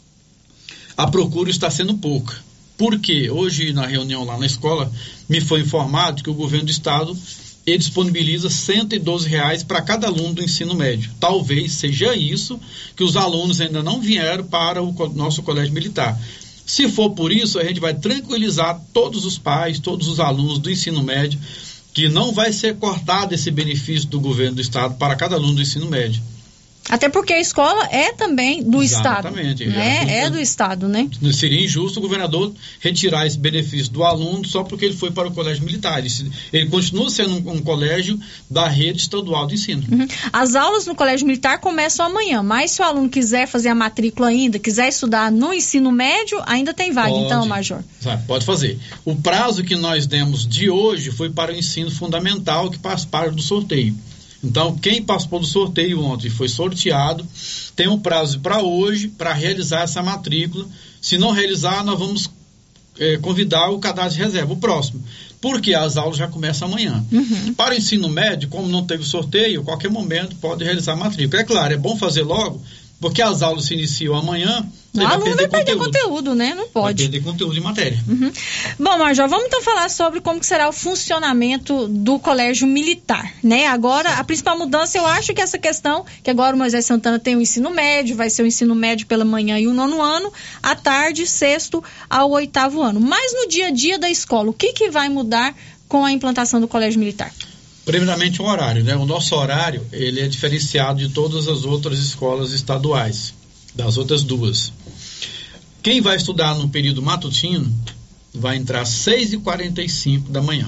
a procura está sendo pouca. Porque hoje, na reunião lá na escola, me foi informado que o governo do estado ele disponibiliza cento e doze reais para cada aluno do ensino médio. Talvez seja isso que os alunos ainda não vieram para o nosso colégio militar. Se for por isso, a gente vai tranquilizar todos os pais, todos os alunos do ensino médio, que não vai ser cortado esse benefício do governo do estado para cada aluno do ensino médio. Até porque a escola é também do Exatamente, estado, né? É, é do estado, né? Seria injusto o governador retirar esse benefício do aluno só porque ele foi para o colégio militar. Ele, ele continua sendo um, um colégio da rede estadual de ensino. Uhum. As aulas no colégio militar começam amanhã, mas se o aluno quiser fazer a matrícula ainda, quiser estudar no ensino médio, ainda tem vaga, pode, então, Major? Pode fazer. O prazo que nós demos de hoje foi para o ensino fundamental, que faz parte do sorteio. Então, quem participou do sorteio ontem foi sorteado, tem um prazo para hoje para realizar essa matrícula. Se não realizar, nós vamos é, convidar o cadastro de reserva, o próximo, porque as aulas já começam amanhã. Uhum. Para o ensino médio, como não teve sorteio, a qualquer momento pode realizar a matrícula. É claro, é bom fazer logo, porque as aulas se iniciam amanhã. O vai aluno perder vai perder conteúdo. conteúdo, né? Não pode. Vai perder conteúdo de matéria. Uhum. Bom, Major, vamos então falar sobre como que será o funcionamento do colégio militar, né? Agora, a principal mudança, eu acho que essa questão, que agora o Moisés Santana tem o ensino médio, vai ser o ensino médio pela manhã e o nono ano, à tarde, sexto ao oitavo ano. Mas no dia a dia da escola, o que que vai mudar com a implantação do colégio militar? Primeiramente o horário, né? O nosso horário, ele é diferenciado de todas as outras escolas estaduais, das outras duas. Quem vai estudar no período matutino vai entrar às seis e quarenta e cinco da manhã.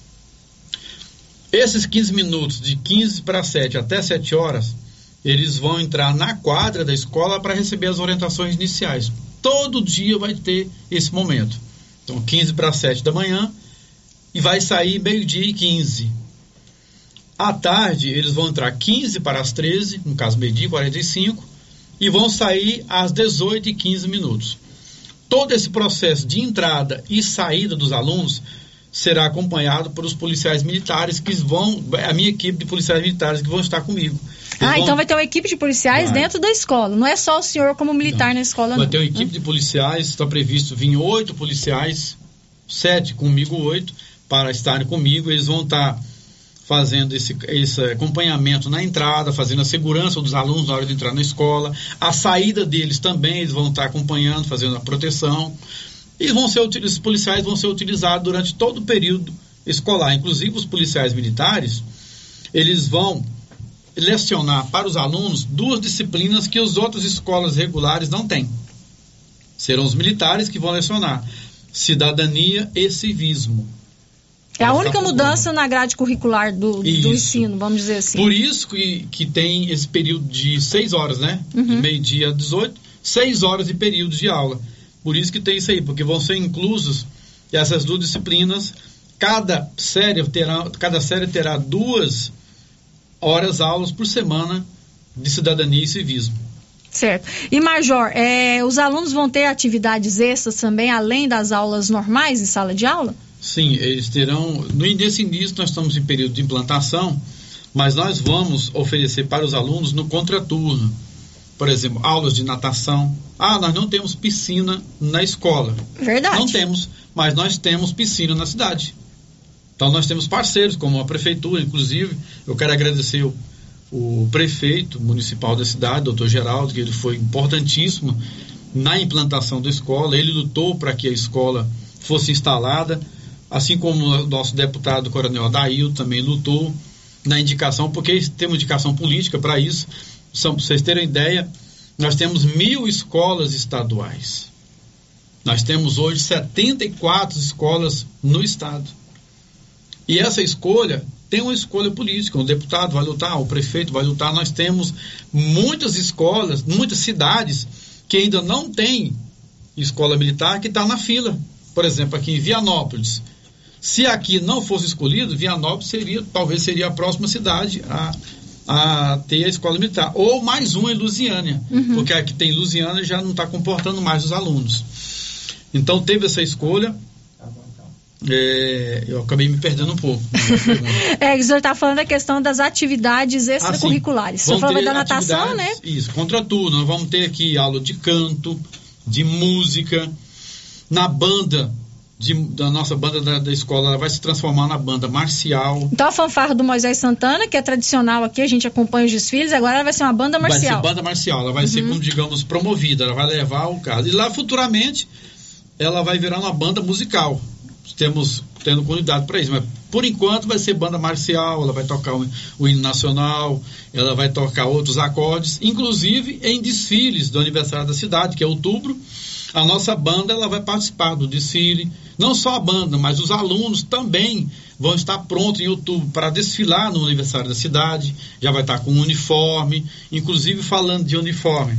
Esses quinze minutos, de quinze para sete até sete horas, eles vão entrar na quadra da escola para receber as orientações iniciais. Todo dia vai ter esse momento. Então, quinze para sete da manhã e vai sair meio-dia e quinze. À tarde, eles vão entrar quinze para as treze, no caso meio-dia e quarenta e cinco, e vão sair às dezoito e quinze minutos. Todo esse processo de entrada e saída dos alunos será acompanhado por os policiais militares que vão, a minha equipe de policiais militares que vão estar comigo. Eles ah, vão... então vai ter uma equipe de policiais vai. dentro da escola, não é só o senhor como militar não. na escola, vai não. Vai ter uma equipe hum. de policiais, está previsto vir oito policiais, sete comigo, oito, para estarem comigo, eles vão estar fazendo esse, esse acompanhamento na entrada, fazendo a segurança dos alunos na hora de entrar na escola, a saída deles também, eles vão estar acompanhando, fazendo a proteção, e vão ser, os policiais vão ser utilizados durante todo o período escolar, inclusive os policiais militares, eles vão lecionar para os alunos duas disciplinas que as outras escolas regulares não têm. Serão os militares que vão lecionar cidadania e civismo. É a única mudança na grade curricular do, do ensino, vamos dizer assim. Por isso que, que tem esse período de seis horas, né? Uhum. De meio-dia a dezoito, seis horas de período de aula. Por isso que tem isso aí, porque vão ser inclusos essas duas disciplinas. Cada série terá, cada série terá duas horas aulas por semana de cidadania e civismo. Certo. E, Major, é, os alunos vão ter atividades extras também, além das aulas normais em sala de aula? Sim, eles terão, nesse início nós estamos em período de implantação, mas nós vamos oferecer para os alunos no contraturno, por exemplo, aulas de natação. Ah, nós não temos piscina na escola. Verdade. Não temos, mas nós temos piscina na cidade. Então nós temos parceiros, como a prefeitura, inclusive, eu quero agradecer o, o prefeito municipal da cidade, doutor Geraldo, que ele foi importantíssimo na implantação da escola, ele lutou para que a escola fosse instalada, assim como o nosso deputado Coronel Adail também lutou na indicação, porque temos indicação política para isso. São, para vocês terem ideia, nós temos mil escolas estaduais. Nós temos hoje setenta e quatro escolas no estado. E essa escolha tem uma escolha política. O deputado vai lutar, o prefeito vai lutar. Nós temos muitas escolas, muitas cidades que ainda não têm escola militar, que está na fila. Por exemplo, aqui em Vianópolis. Se aqui não fosse escolhido, Vianópolis seria, talvez seria a próxima cidade a, a ter a escola militar. Ou mais uma em Lusiânia, uhum. porque aqui tem Lusiânia já não está comportando mais os alunos. Então teve essa escolha. É, eu acabei me perdendo um pouco. É, o senhor está falando da questão das atividades extracurriculares. Ah, o senhor falou da natação, né? Isso, contraturno. Nós vamos ter aqui aula de canto, de música. Na banda, de, da nossa banda da, da escola, ela vai se transformar na banda marcial. Então a fanfarra do Moisés Santana, que é tradicional aqui, a gente acompanha os desfiles, agora ela vai ser uma banda marcial. Vai ser banda marcial, ela vai uhum. ser, como digamos, promovida, ela vai levar o caso. E lá futuramente, ela vai virar uma banda musical. Temos tendo cuidado para isso, mas por enquanto vai ser banda marcial, ela vai tocar o, o hino nacional, ela vai tocar outros acordes, inclusive em desfiles do aniversário da cidade, que é outubro. A nossa banda ela vai participar do desfile, não só a banda, mas os alunos também vão estar prontos em outubro para desfilar no aniversário da cidade, já vai estar com uniforme. Inclusive, falando de uniforme,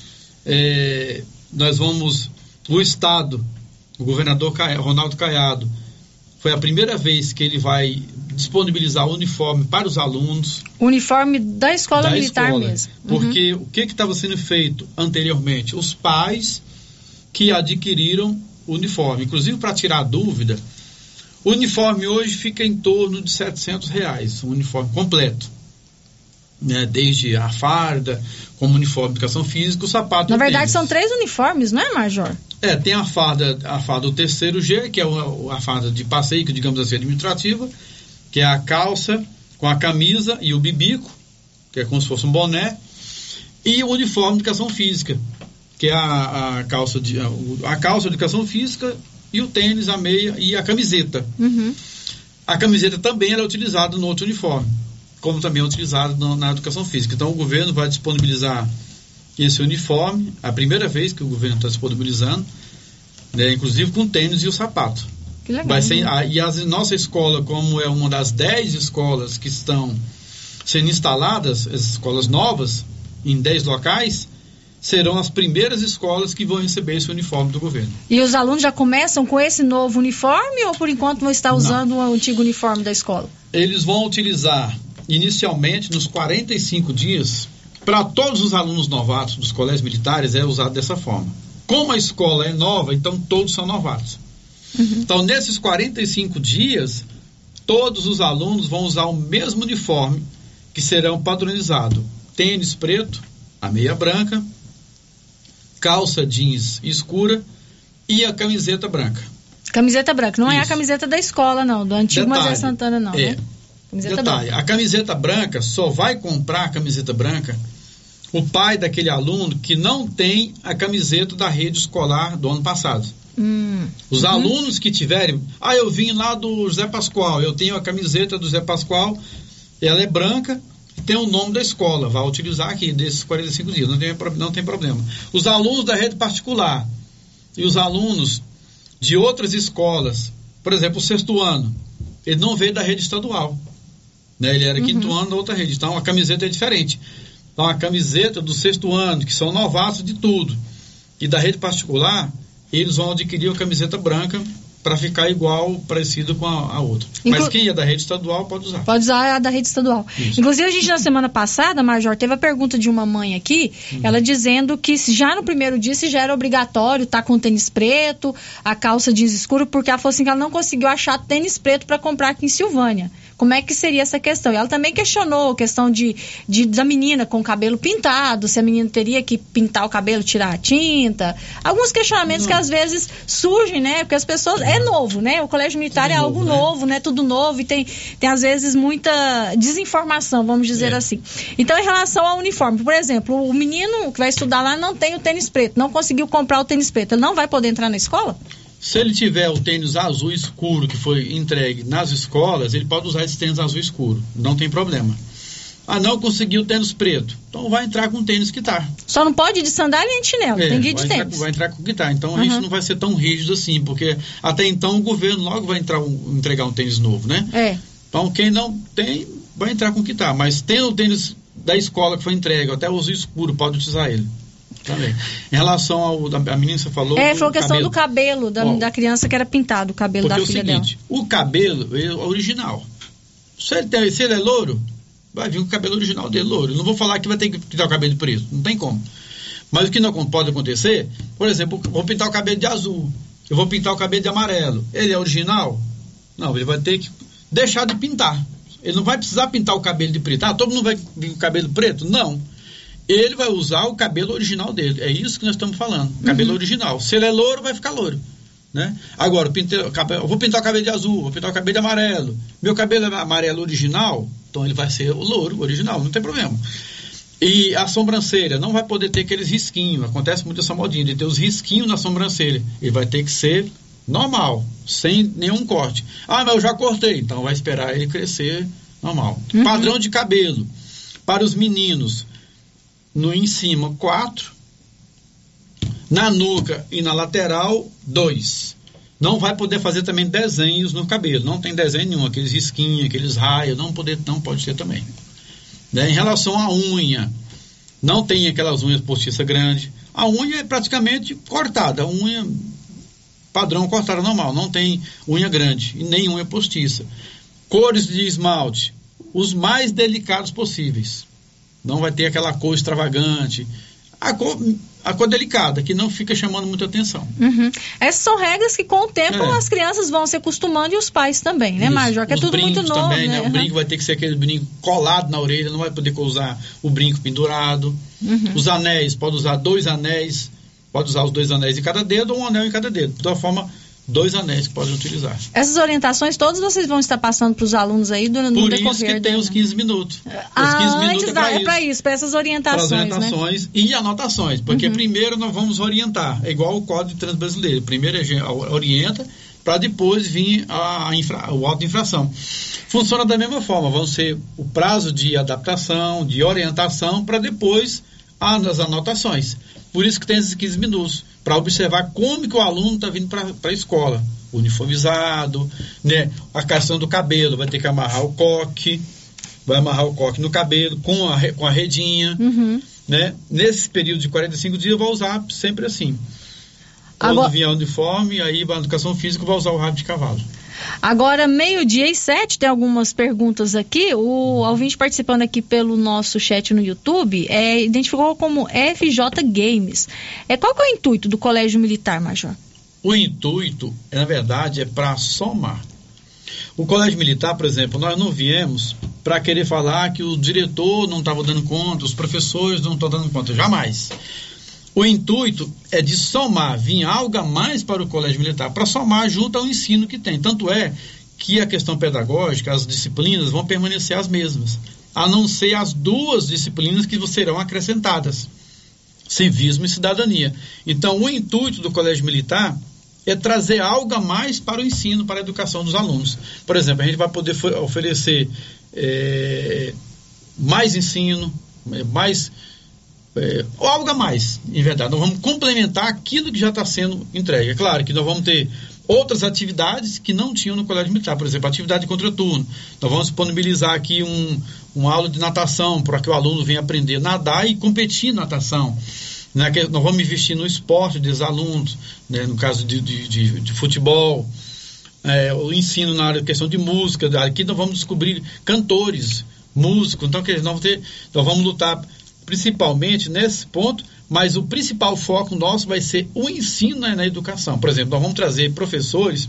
é, nós vamos, o Estado, o governador Ronaldo Caiado, foi a primeira vez que ele vai disponibilizar o uniforme para os alunos. O uniforme da escola da militar escola, mesmo. Porque uhum. o que estava sendo feito anteriormente? Os pais que adquiriram o uniforme. Inclusive, para tirar a dúvida, o uniforme hoje fica em torno de setecentos reais, um uniforme completo. Né? Desde a farda, como uniforme de educação física, o sapato. Na verdade, tênis. são três uniformes, não é, Major? É, tem a farda, a farda do terceiro G, que é a, a farda de passeio, que digamos assim, administrativa, que é a calça com a camisa e o bibico, que é como se fosse um boné, e o uniforme de educação física, que é a, a, calça de, a, a calça de educação física e o tênis, a meia e a camiseta. Uhum. A camiseta também era utilizada no outro uniforme, como também é utilizada na, na educação física. Então o governo vai disponibilizar esse uniforme, a primeira vez que o governo está disponibilizando, né, inclusive com o tênis e o sapato. Que legal. Vai ser, a, e a nossa escola, como é uma das dez escolas que estão sendo instaladas, as escolas novas, em dez locais, serão as primeiras escolas que vão receber esse uniforme do governo. E os alunos já começam com esse novo uniforme ou por enquanto vão estar usando Não. o antigo uniforme da escola? Eles vão utilizar inicialmente nos quarenta e cinco dias, para todos os alunos novatos dos colégios militares é usado dessa forma. Como a escola é nova, então todos são novatos. Uhum. Então nesses quarenta e cinco dias, todos os alunos vão usar o mesmo uniforme, que serão padronizados: tênis preto, a meia branca, calça jeans escura e a camiseta branca. Camiseta branca, não Isso. é a camiseta da escola não, do antigo Moisés Santana não, é. né? Camiseta Detalhe, branca. A camiseta branca só vai comprar a camiseta branca o pai daquele aluno que não tem a camiseta da rede escolar do ano passado. Hum. Os uhum. alunos que tiverem, ah, eu vim lá do José Pascoal, eu tenho a camiseta do José Pascoal, ela é branca, tem o nome da escola, vai utilizar aqui desses quarenta e cinco dias, não tem, não tem problema. Os alunos da rede particular e os alunos de outras escolas. Por exemplo, o sexto ano, ele não veio da rede estadual, né? Ele era uhum. quinto ano da outra rede, então a camiseta é diferente. Então a camiseta do sexto ano, que são novatos de tudo, e da rede particular, eles vão adquirir a camiseta branca para ficar igual, parecido com a, a outra. Inclu... Mas quem é da rede estadual pode usar. Pode usar a da rede estadual. Isso. Inclusive, a gente na semana passada, Major, teve a pergunta de uma mãe aqui, uhum. ela dizendo que já no primeiro dia se já era obrigatório estar tá com tênis preto, a calça jeans escuro, porque ela falou assim que ela não conseguiu achar tênis preto para comprar aqui em Silvânia. Como é que seria essa questão? E ela também questionou a questão de, de, da menina com o cabelo pintado, se a menina teria que pintar o cabelo, tirar a tinta. Alguns questionamentos não. que às vezes surgem, né? Porque as pessoas... É novo, né? O colégio militar Tudo é algo novo, novo, né? Tudo novo e tem, tem às vezes muita desinformação, vamos dizer é. assim. Então, em relação ao uniforme, por exemplo, o menino que vai estudar lá não tem o tênis preto, não conseguiu comprar o tênis preto, ele não vai poder entrar na escola? Se ele tiver o tênis azul escuro que foi entregue nas escolas, ele pode usar esse tênis azul escuro, não tem problema. Ah, não conseguiu o tênis preto, então vai entrar com o tênis que tá. Só não pode ir de sandália nem de chinelo, é, tem que ir de vai tênis. Entrar, vai entrar com o que tá, então uhum. a gente não vai ser tão rígido assim, porque até então o governo logo vai entrar um, entregar um tênis novo, né? É. Então quem não tem, vai entrar com o que tá, mas tendo o tênis da escola que foi entregue, até o azul escuro, pode utilizar ele. Também. Em relação ao da a menina, você falou. É, falou a questão cabelo. do cabelo da, Bom, da criança que era pintado, o cabelo da filha dela. Porque é o seguinte, dela. O cabelo é original. Se ele, tem, se ele é louro, vai vir com o cabelo original dele, louro. Eu não vou falar que vai ter que pintar o cabelo preto, não tem como. Mas o que não pode acontecer, por exemplo, eu vou pintar o cabelo de azul, eu vou pintar o cabelo de amarelo. Ele é original? Não, ele vai ter que deixar de pintar. Ele não vai precisar pintar o cabelo de preto. Ah, todo mundo vai vir com o cabelo preto? Não. Ele vai usar o cabelo original dele. É isso que nós estamos falando. Cabelo uhum. original. Se ele é louro, vai ficar louro. Né? Agora, eu, pintei, eu vou pintar o cabelo de azul, vou pintar o cabelo de amarelo. Meu cabelo é amarelo original, então ele vai ser o louro original, não tem problema. E a sobrancelha não vai poder ter aqueles risquinhos. Acontece muito essa modinha de ter os risquinhos na sobrancelha. Ele vai ter que ser normal, sem nenhum corte. Ah, mas eu já cortei. Então vai esperar ele crescer normal. Uhum. Padrão de cabelo. Para os meninos, no em cima, quatro. Na nuca e na lateral, dois. Não vai poder fazer também desenhos no cabelo. Não tem desenho nenhum. Aqueles risquinhos, aqueles raios, não, poder, não pode ter também. Né? Em relação à unha, não tem aquelas unhas postiças grandes. A unha é praticamente cortada. A unha padrão cortada normal. Não tem unha grande e nem unha postiça. Cores de esmalte, os mais delicados possíveis. Não vai ter aquela cor extravagante. A cor, a cor delicada, que não fica chamando muita atenção. Uhum. Essas são regras que com o tempo é. as crianças vão se acostumando e os pais também, né, Major? Que é tudo muito novo, também, né? né? O brinco vai ter que ser aquele brinco colado na orelha, não vai poder usar o brinco pendurado. Uhum. Os anéis, pode usar dois anéis, pode usar os dois anéis em cada dedo ou um anel em cada dedo. De toda forma, dois anéis que podem utilizar. Essas orientações todas vocês vão estar passando para os alunos aí no, no Por decorrer. Por isso que tem os quinze minutos. Ah, os quinze minutos antes é da, para é para isso, para essas orientações, para as orientações, né? E anotações, porque uhum. primeiro nós vamos orientar, é igual o Código de Trânsito Brasileiro. Primeiro a gente orienta, para depois vir a, a infra, o auto de infração. Funciona da mesma forma, vão ser o prazo de adaptação, de orientação, para depois as anotações. Por isso que tem esses quinze minutos, para observar como que o aluno está vindo para a escola. Uniformizado, né? A questão do cabelo, vai ter que amarrar o coque, vai amarrar o coque no cabelo com a, com a redinha, uhum. né? Nesse período de quarenta e cinco dias eu vou usar sempre assim. Quando Agora... vier o uniforme, aí a educação física vai usar o rabo de cavalo. Agora, meio-dia e sete, tem algumas perguntas aqui. O ouvinte participando aqui pelo nosso chat no YouTube é, identificou como F J Games. É, qual que é o intuito do Colégio Militar, Major? O intuito, na verdade, é para somar. O Colégio Militar, por exemplo, nós não viemos para querer falar que o diretor não estava dando conta, os professores não estão dando conta, jamais. O intuito é de somar, vir algo a mais para o Colégio Militar, para somar junto ao ensino que tem. Tanto é que a questão pedagógica, as disciplinas vão permanecer as mesmas, a não ser as duas disciplinas que serão acrescentadas, civismo e cidadania. Então, o intuito do Colégio Militar é trazer algo a mais para o ensino, para a educação dos alunos. Por exemplo, a gente vai poder oferecer é, mais ensino, mais é, ou algo a mais, em verdade. Nós vamos complementar aquilo que já está sendo entregue. É claro que nós vamos ter outras atividades que não tinham no Colégio Militar, por exemplo, atividade de contraturno. Nós vamos disponibilizar aqui um, uma aula de natação para que o aluno venha aprender a nadar e competir em natação. Né? Nós vamos investir no esporte dos alunos, né? No caso de, de, de, de futebol, é, o ensino na área de questão de música. Aqui nós vamos descobrir cantores, músicos. Então, nós vamos, ter, nós vamos lutar principalmente nesse ponto, mas o principal foco nosso vai ser o ensino na, na educação. Por exemplo, nós vamos trazer professores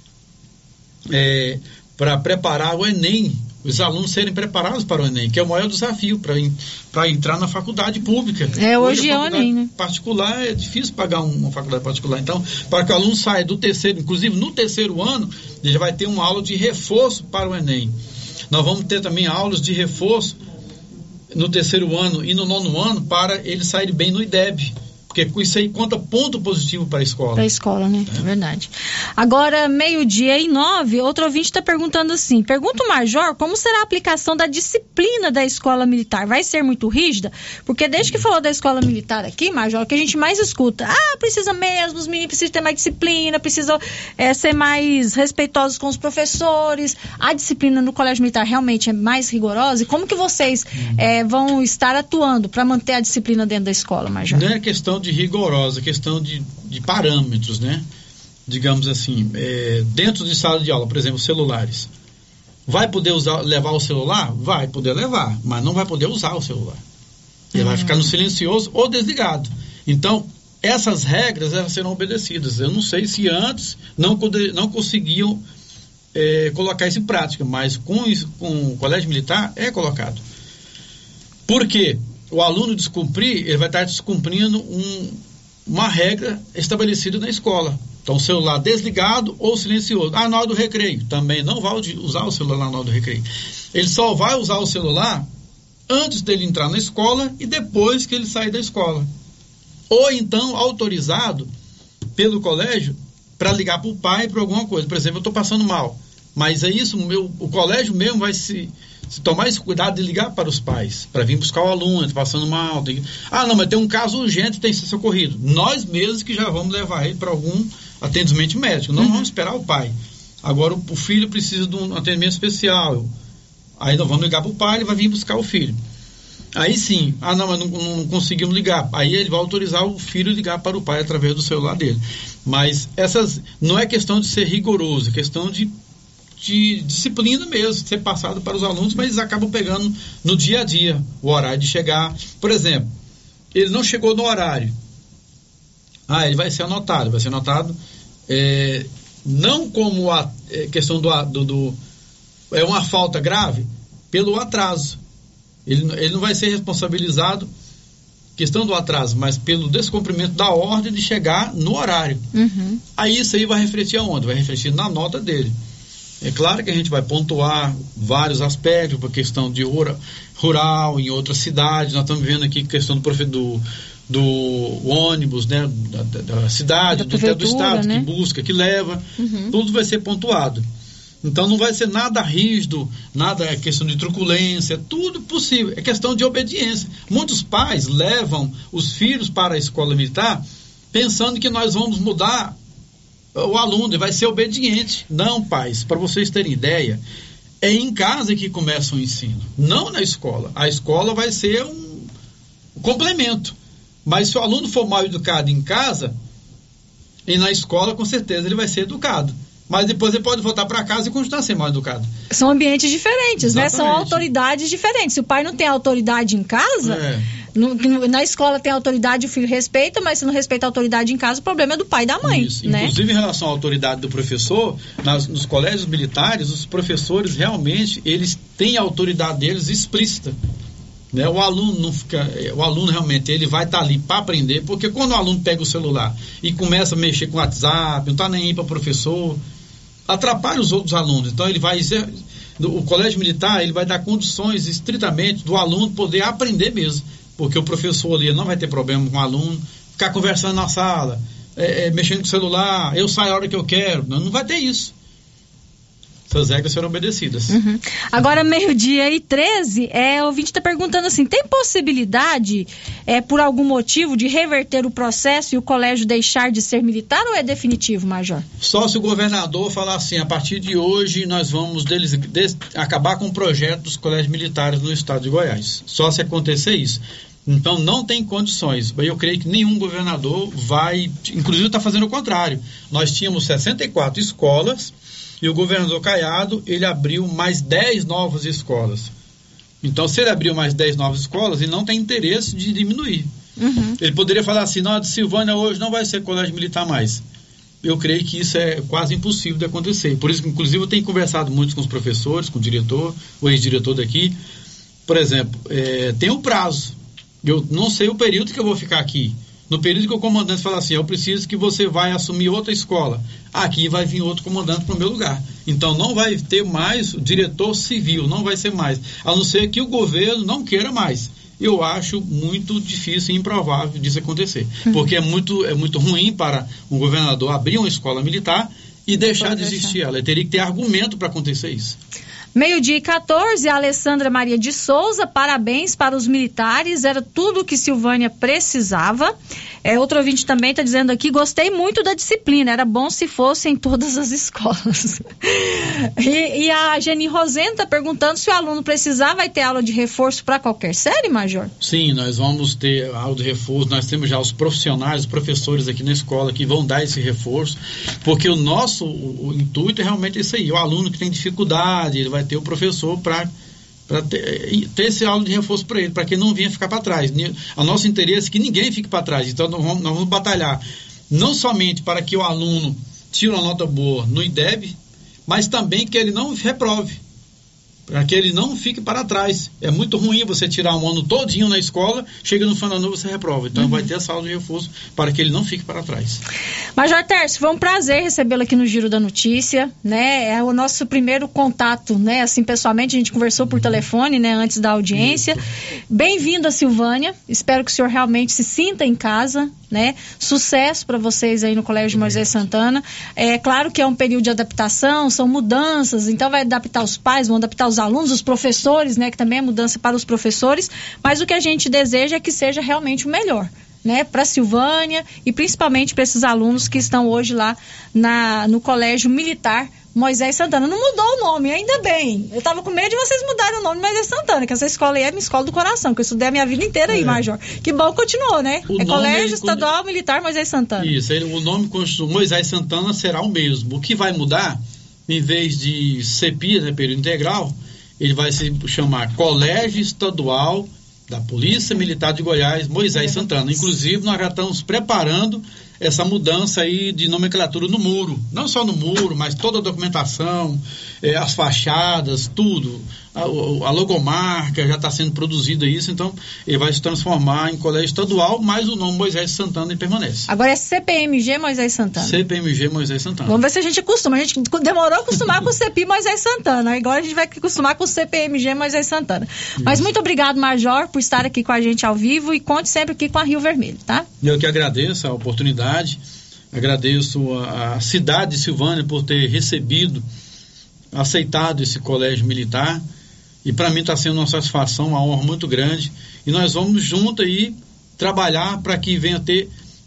é, para preparar o Enem, os alunos serem preparados para o Enem, que é o maior desafio para entrar na faculdade pública. É, hoje, hoje é o Enem, né? Particular, é difícil pagar uma faculdade particular. Então, para que o aluno saia do terceiro, inclusive no terceiro ano, ele já vai ter uma aula de reforço para o Enem. Nós vamos ter também aulas de reforço no terceiro ano e no nono ano para ele sair bem no I D E B. Porque isso aí conta ponto positivo para a escola. Para a escola, né? É, é verdade. Agora, meio-dia e nove, outro ouvinte está perguntando assim, pergunta o Major como será a aplicação da disciplina da escola militar? Vai ser muito rígida? Porque desde que falou da escola militar aqui, Major, o que a gente mais escuta, ah, precisa mesmo, os meninos precisam ter mais disciplina, precisam é, ser mais respeitosos com os professores. A disciplina no colégio militar realmente é mais rigorosa? E como que vocês hum. é, vão estar atuando para manter a disciplina dentro da escola, Major? Não é questão de rigorosa, questão de, de parâmetros, né? Digamos assim, é, dentro de sala de aula, por exemplo, celulares. Vai poder usar, levar o celular? Vai poder levar, mas não vai poder usar o celular. Ele uhum. vai ficar no silencioso ou desligado. Então, essas regras elas serão obedecidas. Eu não sei se antes não, não conseguiam é, colocar isso em prática, mas com, isso, com o colégio militar é colocado. Por quê? O aluno descumprir, ele vai estar descumprindo um, uma regra estabelecida na escola. Então, o celular desligado ou silencioso. Ah, na hora do recreio. Também não vai usar o celular na hora do recreio. Ele só vai usar o celular antes dele entrar na escola e depois que ele sair da escola. Ou então, autorizado pelo colégio para ligar para o pai para alguma coisa. Por exemplo, eu estou passando mal. Mas é isso, o, meu, o colégio mesmo vai se... Se tomar esse cuidado de ligar para os pais, para vir buscar o aluno, está passando mal. Tem... Ah, não, mas tem um caso urgente, tem que ser socorrido. Nós mesmos que já vamos levar ele para algum atendimento médico. Não uhum. vamos esperar o pai. Agora o, o filho precisa de um atendimento especial. Aí nós vamos ligar para o pai, ele vai vir buscar o filho. Aí sim, ah não, mas não, não conseguimos ligar. Aí ele vai autorizar o filho a ligar para o pai através do celular dele. Mas essas não é questão de ser rigoroso, é questão de de disciplina mesmo, de ser passado para os alunos, mas eles acabam pegando no dia a dia o horário de chegar. Por exemplo, ele não chegou no horário. Ah, ele vai ser anotado, vai ser anotado é, não como a é, questão do, do, do... é uma falta grave pelo atraso. Ele, ele não vai ser responsabilizado questão do atraso, mas pelo descumprimento da ordem de chegar no horário. Uhum. Aí isso aí vai refletir aonde? Vai refletir na nota dele. É claro que a gente vai pontuar vários aspectos, por questão de hora, rural, em outras cidades. Nós estamos vendo aqui questão do, do, do ônibus, né, da, da cidade, do, do estado, né? Que busca, que leva. Uhum. Tudo vai ser pontuado. Então não vai ser nada rígido, nada questão de truculência, tudo possível. É questão de obediência. Muitos pais levam os filhos para a escola militar pensando que nós vamos mudar o aluno, vai ser obediente. Não, pais, para vocês terem ideia, é em casa que começa o ensino, não na escola. A escola vai ser um, um complemento, mas se o aluno for mal educado em casa, e na escola com certeza ele vai ser educado, mas depois ele pode voltar para casa e continuar sendo mal educado. São ambientes diferentes, exatamente, né? São autoridades diferentes. Se o pai não tem autoridade em casa, é. no, na escola tem autoridade, o filho respeita, mas se não respeita a autoridade em casa, o problema é do pai e da mãe. Isso. Né? Inclusive, em relação à autoridade do professor, nas, nos colégios militares, os professores realmente, eles têm a autoridade deles explícita. Né? O aluno não fica, o aluno realmente ele vai estar tá ali para aprender, porque quando o aluno pega o celular e começa a mexer com o WhatsApp, não está nem aí para o professor, atrapalha os outros alunos. Então ele vai, o colégio militar ele vai dar condições estritamente do aluno poder aprender mesmo, porque o professor ali não vai ter problema com o aluno ficar conversando na sala, é, é, mexendo com o celular, eu saio a hora que eu quero, não, não vai ter isso. essas regras serão obedecidas. Uhum. Agora, meio-dia e treze, é, o ouvinte está perguntando assim, tem possibilidade, é, por algum motivo, de reverter o processo e o colégio deixar de ser militar ou é definitivo, Major? Só se o governador falar assim, a partir de hoje nós vamos deles, des, acabar com o projeto dos colégios militares no estado de Goiás. Só se acontecer isso. Então não tem condições. Eu creio que nenhum governador vai, inclusive está fazendo o contrário. Nós tínhamos sessenta e quatro escolas e o governador Caiado, ele abriu mais dez novas escolas. Então, se ele abriu mais dez novas escolas, ele não tem interesse de diminuir. Uhum. Ele poderia falar assim, não, a de Silvânia hoje não vai ser colégio militar mais. Eu creio que isso é quase impossível de acontecer. Por isso que, inclusive, eu tenho conversado muito com os professores, com o diretor, o ex-diretor daqui. Por exemplo, é, tem um prazo. Eu não sei o período que eu vou ficar aqui. No período que o comandante fala assim, eu preciso que você vai assumir outra escola. Aqui vai vir outro comandante para o meu lugar. Então não vai ter mais o diretor civil, não vai ser mais. A não ser que o governo não queira mais. Eu acho muito difícil e improvável disso acontecer. Uhum. Porque é muito, é muito ruim para um governador abrir uma escola militar e deixar de existir ela. Ele teria que ter argumento para acontecer isso. Meio-dia e quatorze, a Alessandra Maria de Souza, parabéns para os militares, era tudo o que Silvânia precisava. É, outro ouvinte também está dizendo aqui, gostei muito da disciplina, era bom se fosse em todas as escolas. e, e a Geni Rosena está perguntando se o aluno precisar, vai ter aula de reforço para qualquer série, Major? Sim, nós vamos ter aula de reforço, nós temos já os profissionais, os professores aqui na escola que vão dar esse reforço, porque o nosso o, o intuito é realmente esse aí, o aluno que tem dificuldade, ele vai ter o professor para ter, ter esse aula de reforço para ele, para que ele não venha ficar para trás. O nosso interesse é que ninguém fique para trás. Então, nós vamos, nós vamos batalhar não somente para que o aluno tire uma nota boa no I D E B, mas também que ele não reprove, para que ele não fique para trás. É muito ruim você tirar um ano todinho na escola, chega no final do ano você reprova. Então, uhum. vai ter essa aula de reforço para que ele não fique para trás. Major Tércio, foi um prazer recebê-lo aqui no Giro da Notícia, né? É o nosso primeiro contato, né? Assim, pessoalmente, a gente conversou por telefone, né? Antes da audiência. Bem-vindo a Silvânia. Espero que o senhor realmente se sinta em casa, né? Sucesso para vocês aí no Colégio Moisés Santana. É claro que é um período de adaptação, são mudanças, então vai adaptar os pais, vão adaptar os alunos, os professores, né? Que também é mudança para os professores, mas o que a gente deseja é que seja realmente o melhor, né, para Silvânia e principalmente para esses alunos que estão hoje lá na, no Colégio Militar Moisés Santana. Não mudou o nome, ainda bem. Eu tava com medo de vocês mudarem o nome de Moisés Santana, que essa escola aí é minha escola do coração, que eu estudei a minha vida inteira aí, é. Major. Que bom, continuou, né? O é Colégio Estadual quando... Militar Moisés Santana. Isso, o nome Moisés Santana será o mesmo. O que vai mudar, em vez de CEPI, né, período integral, ele vai se chamar Colégio Estadual da Polícia Militar de Goiás, Moisés Santana. Inclusive, nós já estamos preparando essa mudança aí de nomenclatura no muro. Não só no muro, mas toda a documentação, eh, as fachadas, tudo. A, a logomarca já está sendo produzida isso, então ele vai se transformar em colégio estadual, mas o nome Moisés Santana permanece. Agora é C P M G Moisés Santana. C P M G Moisés Santana. Vamos ver se a gente acostuma. A gente demorou a acostumar com o C P I Moisés Santana. Agora a gente vai acostumar com o C P M G Moisés Santana. Isso. Mas muito obrigado, Major, por estar aqui com a gente ao vivo e conte sempre aqui com a Rio Vermelho, tá? Eu que agradeço a oportunidade, agradeço a, a cidade de Silvânia por ter recebido, aceitado esse colégio militar. E para mim está sendo uma satisfação, uma honra muito grande. E nós vamos junto aí trabalhar para que venha ter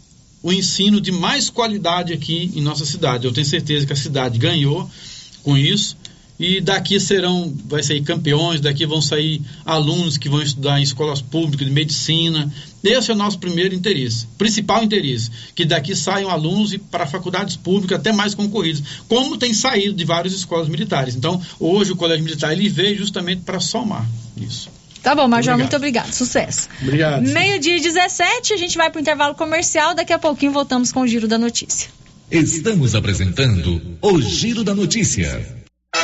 o ensino de mais qualidade aqui em nossa cidade. Eu tenho certeza que a cidade ganhou com isso. E daqui serão, vai sair campeões, daqui vão sair alunos que vão estudar em escolas públicas de medicina. Esse é o nosso primeiro interesse, principal interesse, que daqui saiam alunos e para faculdades públicas até mais concorridas, como tem saído de várias escolas militares. Então, hoje o Colégio Militar ele veio justamente para somar isso. Tá bom, Major, muito obrigado. Sucesso. Obrigado. Meio-dia e dezessete, a gente vai para o intervalo comercial, daqui a pouquinho voltamos com o Giro da Notícia. Estamos apresentando o Giro da Notícia.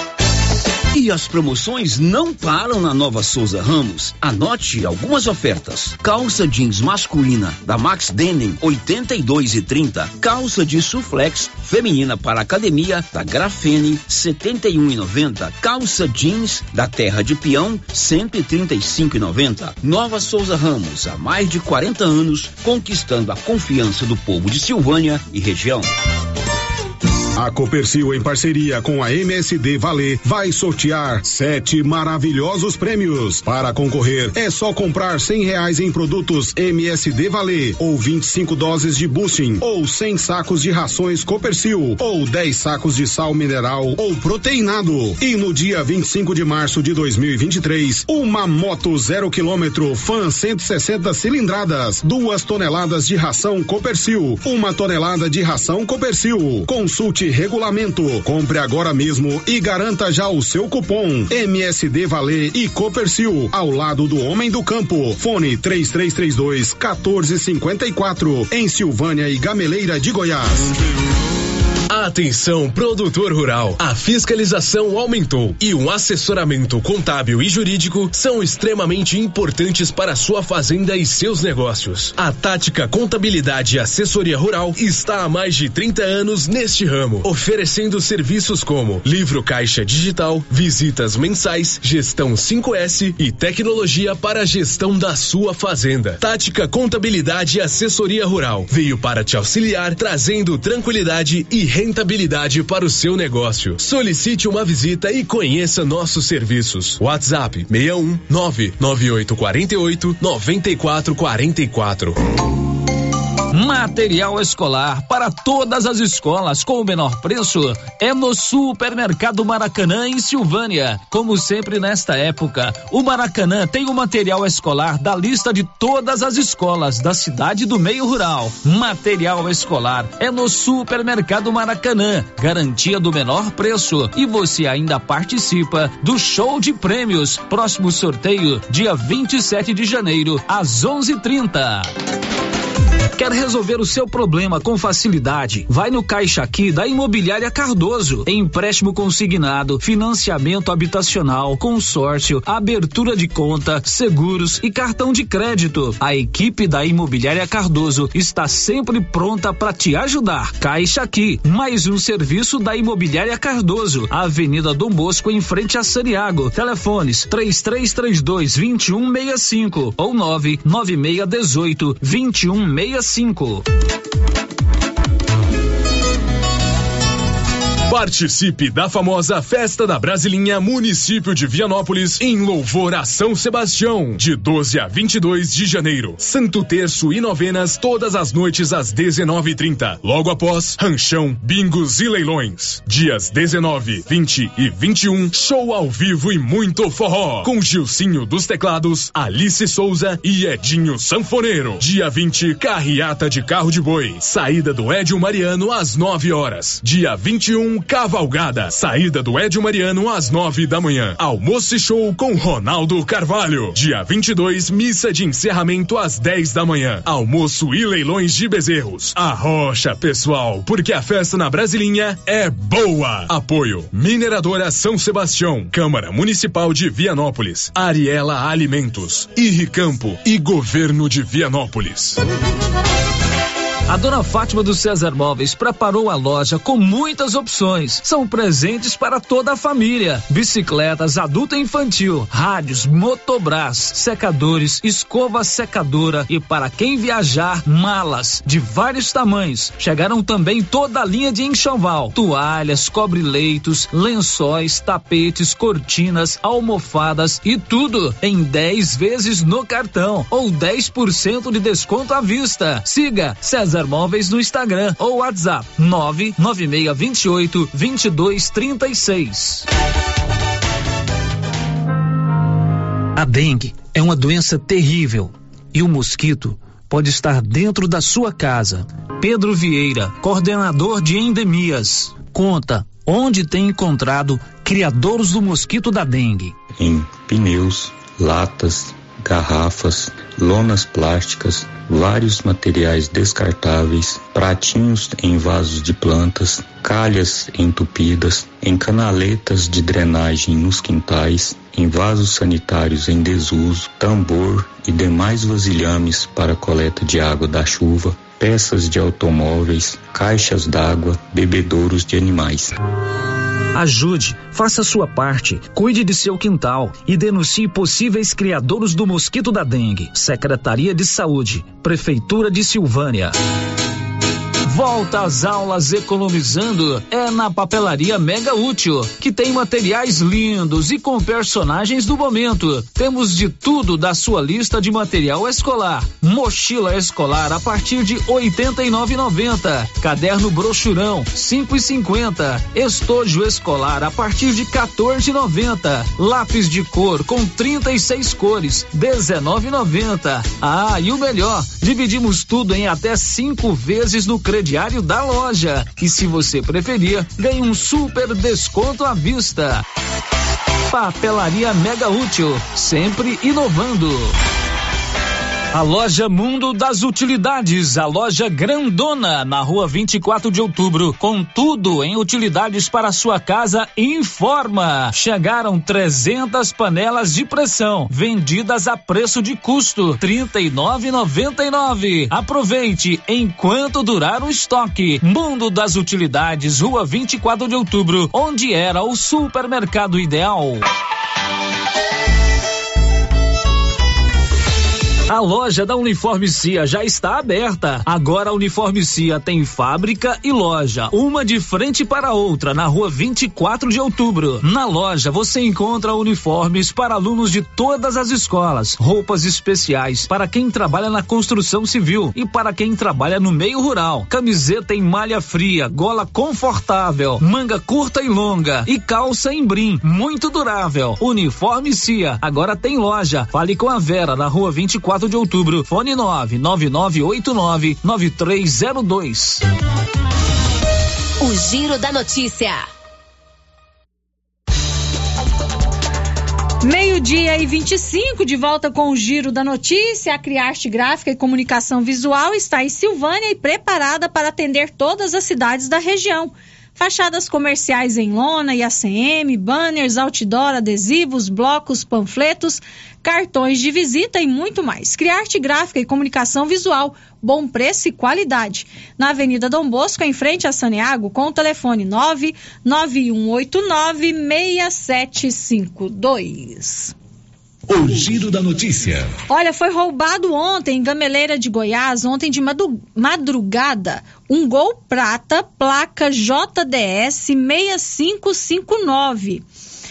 E as promoções não param na Nova Souza Ramos. Anote algumas ofertas. Calça jeans masculina da Max Denim oitenta e dois e trinta. Calça de suflex feminina para academia da Grafene setenta e um e noventa. Calça jeans da Terra de Peão cento e trinta e cinco e noventa. Nova Souza Ramos, há mais de quarenta anos, conquistando a confiança do povo de Silvânia e região. A Copercil, em parceria com a M S D Valer, vai sortear sete maravilhosos prêmios. Para concorrer, é só comprar cem reais em produtos M S D Valer, ou vinte e cinco doses de boosting, ou cem sacos de rações Copercil, ou dez sacos de sal mineral ou proteinado. E no dia vinte e cinco de março de dois mil e vinte e três, uma moto zero quilômetro Fan cento e sessenta cilindradas, duas toneladas de ração Copercil, uma tonelada de ração Copercil. Consulte regulamento, compre agora mesmo e garanta já o seu cupom M S D Valer e Copercil, ao lado do homem do campo. Fone três três três dois, um quatro cinco quatro, em Silvânia e Gameleira de Goiás. Atenção, produtor rural. A fiscalização aumentou e um assessoramento contábil e jurídico são extremamente importantes para a sua fazenda e seus negócios. A Tática Contabilidade e Assessoria Rural está há mais de trinta anos neste ramo, oferecendo serviços como livro caixa digital, visitas mensais, gestão cinco S e tecnologia para a gestão da sua fazenda. Tática Contabilidade e Assessoria Rural veio para te auxiliar, trazendo tranquilidade e rentabilidade para o seu negócio. Solicite uma visita e conheça nossos serviços. WhatsApp seis um nove nove oito quatro oito nove quatro quatro quatro. Material escolar para todas as escolas com o menor preço é no Supermercado Maracanã, em Silvânia. Como sempre nesta época, o Maracanã tem o material escolar da lista de todas as escolas da cidade do meio rural. Material escolar é no Supermercado Maracanã, garantia do menor preço, e você ainda participa do show de prêmios. Próximo sorteio dia vinte e sete de janeiro às onze e trinta. Quer resolver o seu problema com facilidade? Vai no Caixa Aqui da Imobiliária Cardoso. Empréstimo consignado, financiamento habitacional, consórcio, abertura de conta, seguros e cartão de crédito. A equipe da Imobiliária Cardoso está sempre pronta para te ajudar. Caixa Aqui, mais um serviço da Imobiliária Cardoso, Avenida Dom Bosco, em frente a Saniago. Telefones três três três dois, dois um seis cinco ou nove nove seis um oito, dois um seis cinco. Participe da famosa Festa da Brasilinha, município de Vianópolis, em louvor a São Sebastião, de doze a vinte e dois de janeiro. Santo Terço e novenas todas as noites às dezenove e trinta. Logo após, ranchão, bingos e leilões. Dias dezenove, vinte e vinte e um, show ao vivo e muito forró, com Gilcinho dos teclados, Alice Souza e Edinho Sanfoneiro. Dia vinte, carreata de carro de boi. Saída do Édio Mariano às nove horas. Dia vinte e um, cavalgada. Saída do Édio Mariano às nove da manhã. Almoço e show com Ronaldo Carvalho. Dia vinte e dois, missa de encerramento às dez da manhã. Almoço e leilões de bezerros. Arrocha, pessoal, porque a festa na Brasilinha é boa. Apoio Mineradora São Sebastião, Câmara Municipal de Vianópolis, Ariela Alimentos, Irricampo e Governo de Vianópolis. A dona Fátima do César Móveis preparou a loja com muitas opções. São presentes para toda a família. Bicicletas adulta e infantil, rádios, motobras, secadores, escova secadora e, para quem viajar, malas de vários tamanhos. Chegaram também toda a linha de enxoval, toalhas, cobre-leitos, lençóis, tapetes, cortinas, almofadas e tudo em dez vezes no cartão ou dez por cento de desconto à vista. Siga César Móveis no Instagram ou WhatsApp nove nove seis dois oito, dois dois três seis. A dengue é uma doença terrível e o mosquito pode estar dentro da sua casa. Pedro Vieira, coordenador de endemias, conta onde tem encontrado criadouros do mosquito da dengue. Em pneus, latas, garrafas, lonas plásticas, vários materiais descartáveis, pratinhos em vasos de plantas, calhas entupidas, em canaletas de drenagem nos quintais, em vasos sanitários em desuso, tambor e demais vasilhames para coleta de água da chuva, peças de automóveis, caixas d'água, bebedouros de animais. Ajude, faça sua parte, cuide de seu quintal e denuncie possíveis criadouros do mosquito da dengue. Secretaria de Saúde, Prefeitura de Silvânia. Volta às aulas economizando é na Papelaria Mega Útil, que tem materiais lindos e com personagens do momento. Temos de tudo da sua lista de material escolar. Mochila escolar a partir de oitenta e nove reais e noventa centavos. Caderno brochurão cinco e cinquenta. Estojo escolar a partir de quatorze reais e noventa centavos. Lápis de cor com trinta e seis cores dezenove reais e noventa centavos. Ah, e o melhor, dividimos tudo em até cinco vezes no crediário da loja. E se você preferir, ganhe um super desconto à vista. Papelaria Mega Útil, sempre inovando. A loja Mundo das Utilidades, a loja grandona na rua vinte e quatro de outubro, com tudo em utilidades para sua casa, informa. Chegaram trezentas panelas de pressão, vendidas a preço de custo, trinta e nove reais e noventa e nove centavos. Aproveite enquanto durar o estoque. Mundo das Utilidades, rua vinte e quatro de outubro, onde era o supermercado ideal. A loja da Uniforme Cia já está aberta. Agora a Uniforme Cia tem fábrica e loja, uma de frente para a outra, na rua vinte e quatro de outubro. Na loja você encontra uniformes para alunos de todas as escolas, roupas especiais para quem trabalha na construção civil e para quem trabalha no meio rural. Camiseta em malha fria, gola confortável, manga curta e longa e calça em brim, muito durável. Uniforme Cia, agora tem loja. Fale com a Vera na rua vinte e quatro de outubro, fone nove nove nove oito nove nove três zero dois. O Giro da Notícia. Meio-dia e vinte e cinco, de volta com o Giro da Notícia. A Criarte Gráfica e Comunicação Visual está em Silvânia e preparada para atender todas as cidades da região. Fachadas comerciais em lona e A C M, banners, outdoor, adesivos, blocos, panfletos, cartões de visita e muito mais. Criarte Gráfica e Comunicação Visual, bom preço e qualidade. Na Avenida Dom Bosco, em frente a Saneago, com o telefone nove nove um oito nove seis sete cinco dois. O Giro da Notícia. Olha, foi roubado ontem em Gameleira de Goiás, ontem de madrugada, um Gol Prata, placa J D S seis cinco cinco nove,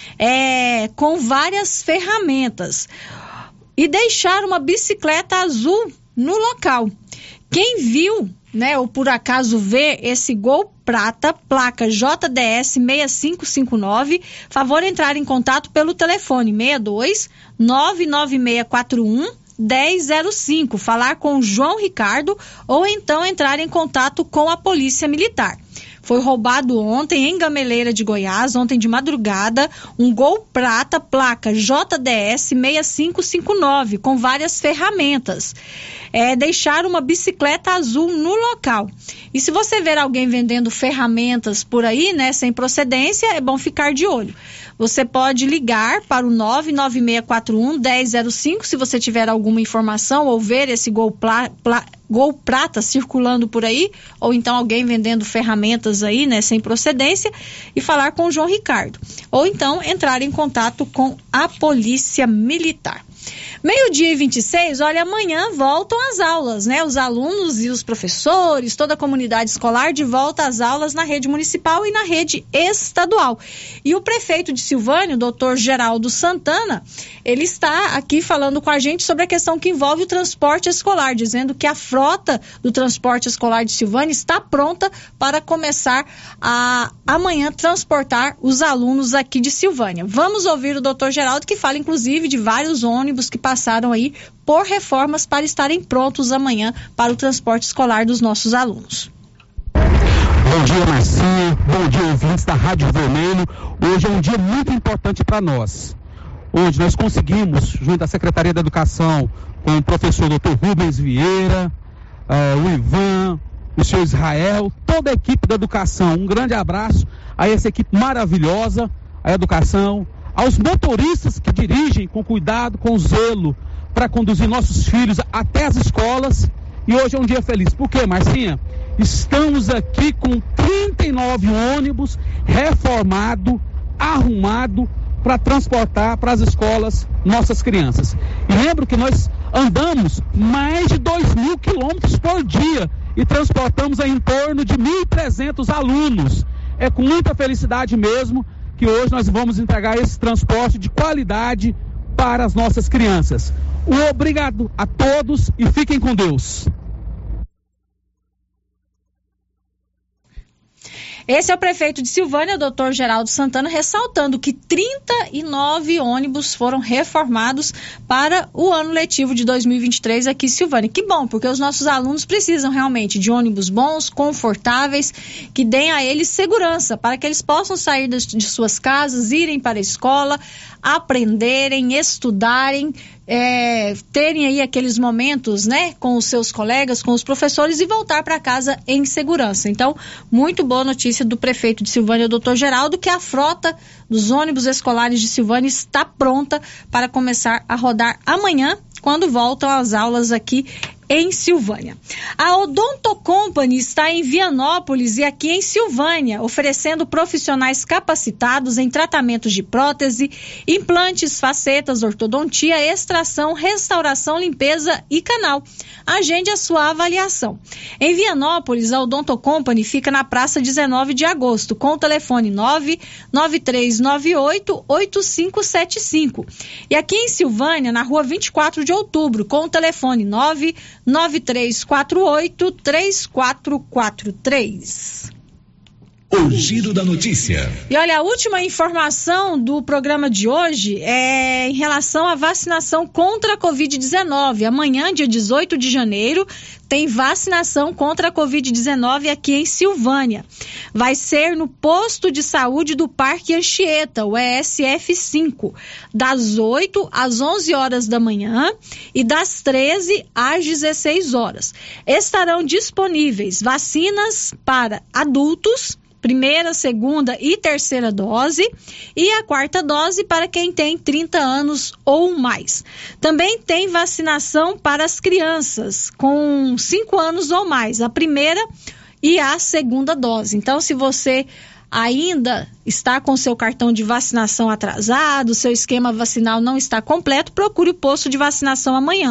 é, com várias ferramentas. E deixaram uma bicicleta azul no local. Quem viu, né, ou por acaso vê esse Gol Prata, placa J D S seis cinco cinco nove, favor entrar em contato pelo telefone seis dois nove nove seis quatro um um zero zero cinco, falar com o João Ricardo ou então entrar em contato com a Polícia Militar. Foi roubado ontem em Gameleira de Goiás, ontem de madrugada, um Gol Prata, placa J D S seis cinco cinco nove, com várias ferramentas. É, deixaram uma bicicleta azul no local. E se você ver alguém vendendo ferramentas por aí, né, sem procedência, é bom ficar de olho. Você pode ligar para o nove nove seis quatro um um zero zero cinco se você tiver alguma informação ou ver esse Gol, pla, pla, Gol Prata circulando por aí, ou então alguém vendendo ferramentas aí, né, sem procedência, e falar com o João Ricardo. Ou então entrar em contato com a Polícia Militar. Meio-dia e vinte e seis, olha, amanhã voltam as aulas, né? Os alunos e os professores, toda a comunidade escolar de volta às aulas na rede municipal e na rede estadual. E o prefeito de Silvânia, o doutor Geraldo Santana, ele está aqui falando com a gente sobre a questão que envolve o transporte escolar, dizendo que a frota do transporte escolar de Silvânia está pronta para começar a amanhã transportar os alunos aqui de Silvânia. Vamos ouvir o doutor Geraldo, que fala inclusive de vários ônibus que passaram aí por reformas para estarem prontos amanhã para o transporte escolar dos nossos alunos. Bom dia, Marcinha. Bom dia, ouvintes da Rádio Vermelho. Hoje é um dia muito importante para nós. Hoje nós conseguimos, junto à Secretaria da Educação, com o professor doutor Rubens Vieira, uh, o Ivan, o senhor Israel, toda a equipe da educação. Um grande abraço a essa equipe maravilhosa, a educação, aos motoristas que dirigem com cuidado, com zelo, para conduzir nossos filhos até as escolas. E hoje é um dia feliz. Por quê, Marcinha? Estamos aqui com trinta e nove ônibus reformado, arrumado, para transportar para as escolas nossas crianças. E lembro que nós andamos mais de dois mil quilômetros por dia e transportamos em torno de mil e trezentos alunos. É com muita felicidade mesmo que hoje nós vamos entregar esse transporte de qualidade para as nossas crianças. Um obrigado a todos e fiquem com Deus. Esse é o prefeito de Silvânia, doutor Geraldo Santana, ressaltando que trinta e nove ônibus foram reformados para o ano letivo de dois mil e vinte e três aqui em Silvânia. Que bom, porque os nossos alunos precisam realmente de ônibus bons, confortáveis, que deem a eles segurança, para que eles possam sair de, de suas casas, irem para a escola, aprenderem, estudarem, É, terem aí aqueles momentos, né, com os seus colegas, com os professores e voltar para casa em segurança. Então, muito boa notícia do prefeito de Silvânia, doutor Geraldo, que a frota dos ônibus escolares de Silvânia está pronta para começar a rodar amanhã, quando voltam as aulas aqui em Silvânia. A Odonto Company está em Vianópolis e aqui em Silvânia, oferecendo profissionais capacitados em tratamentos de prótese, implantes, facetas, ortodontia, extração, restauração, limpeza e canal. Agende a sua avaliação. Em Vianópolis, a Odonto Company fica na Praça dezenove de agosto, com o telefone nove nove três nove oito oito cinco sete cinco. E aqui em Silvânia, na rua vinte e quatro de outubro, com o telefone nove nove três quatro oito três quatro quatro três. O Giro da Notícia. E olha, a última informação do programa de hoje é em relação à vacinação contra a covid dezenove. Amanhã, dia dezoito de janeiro, tem vacinação contra a covid dezenove aqui em Silvânia. Vai ser no posto de saúde do Parque Anchieta, o E S F cinco, das oito às onze horas da manhã e das treze às dezesseis horas. Estarão disponíveis vacinas para adultos, primeira, segunda e terceira dose, e a quarta dose para quem tem trinta anos ou mais. Também tem vacinação para as crianças com cinco anos ou mais, a primeira e a segunda dose. Então, se você ainda está com seu cartão de vacinação atrasado, seu esquema vacinal não está completo, procure o posto de vacinação amanhã.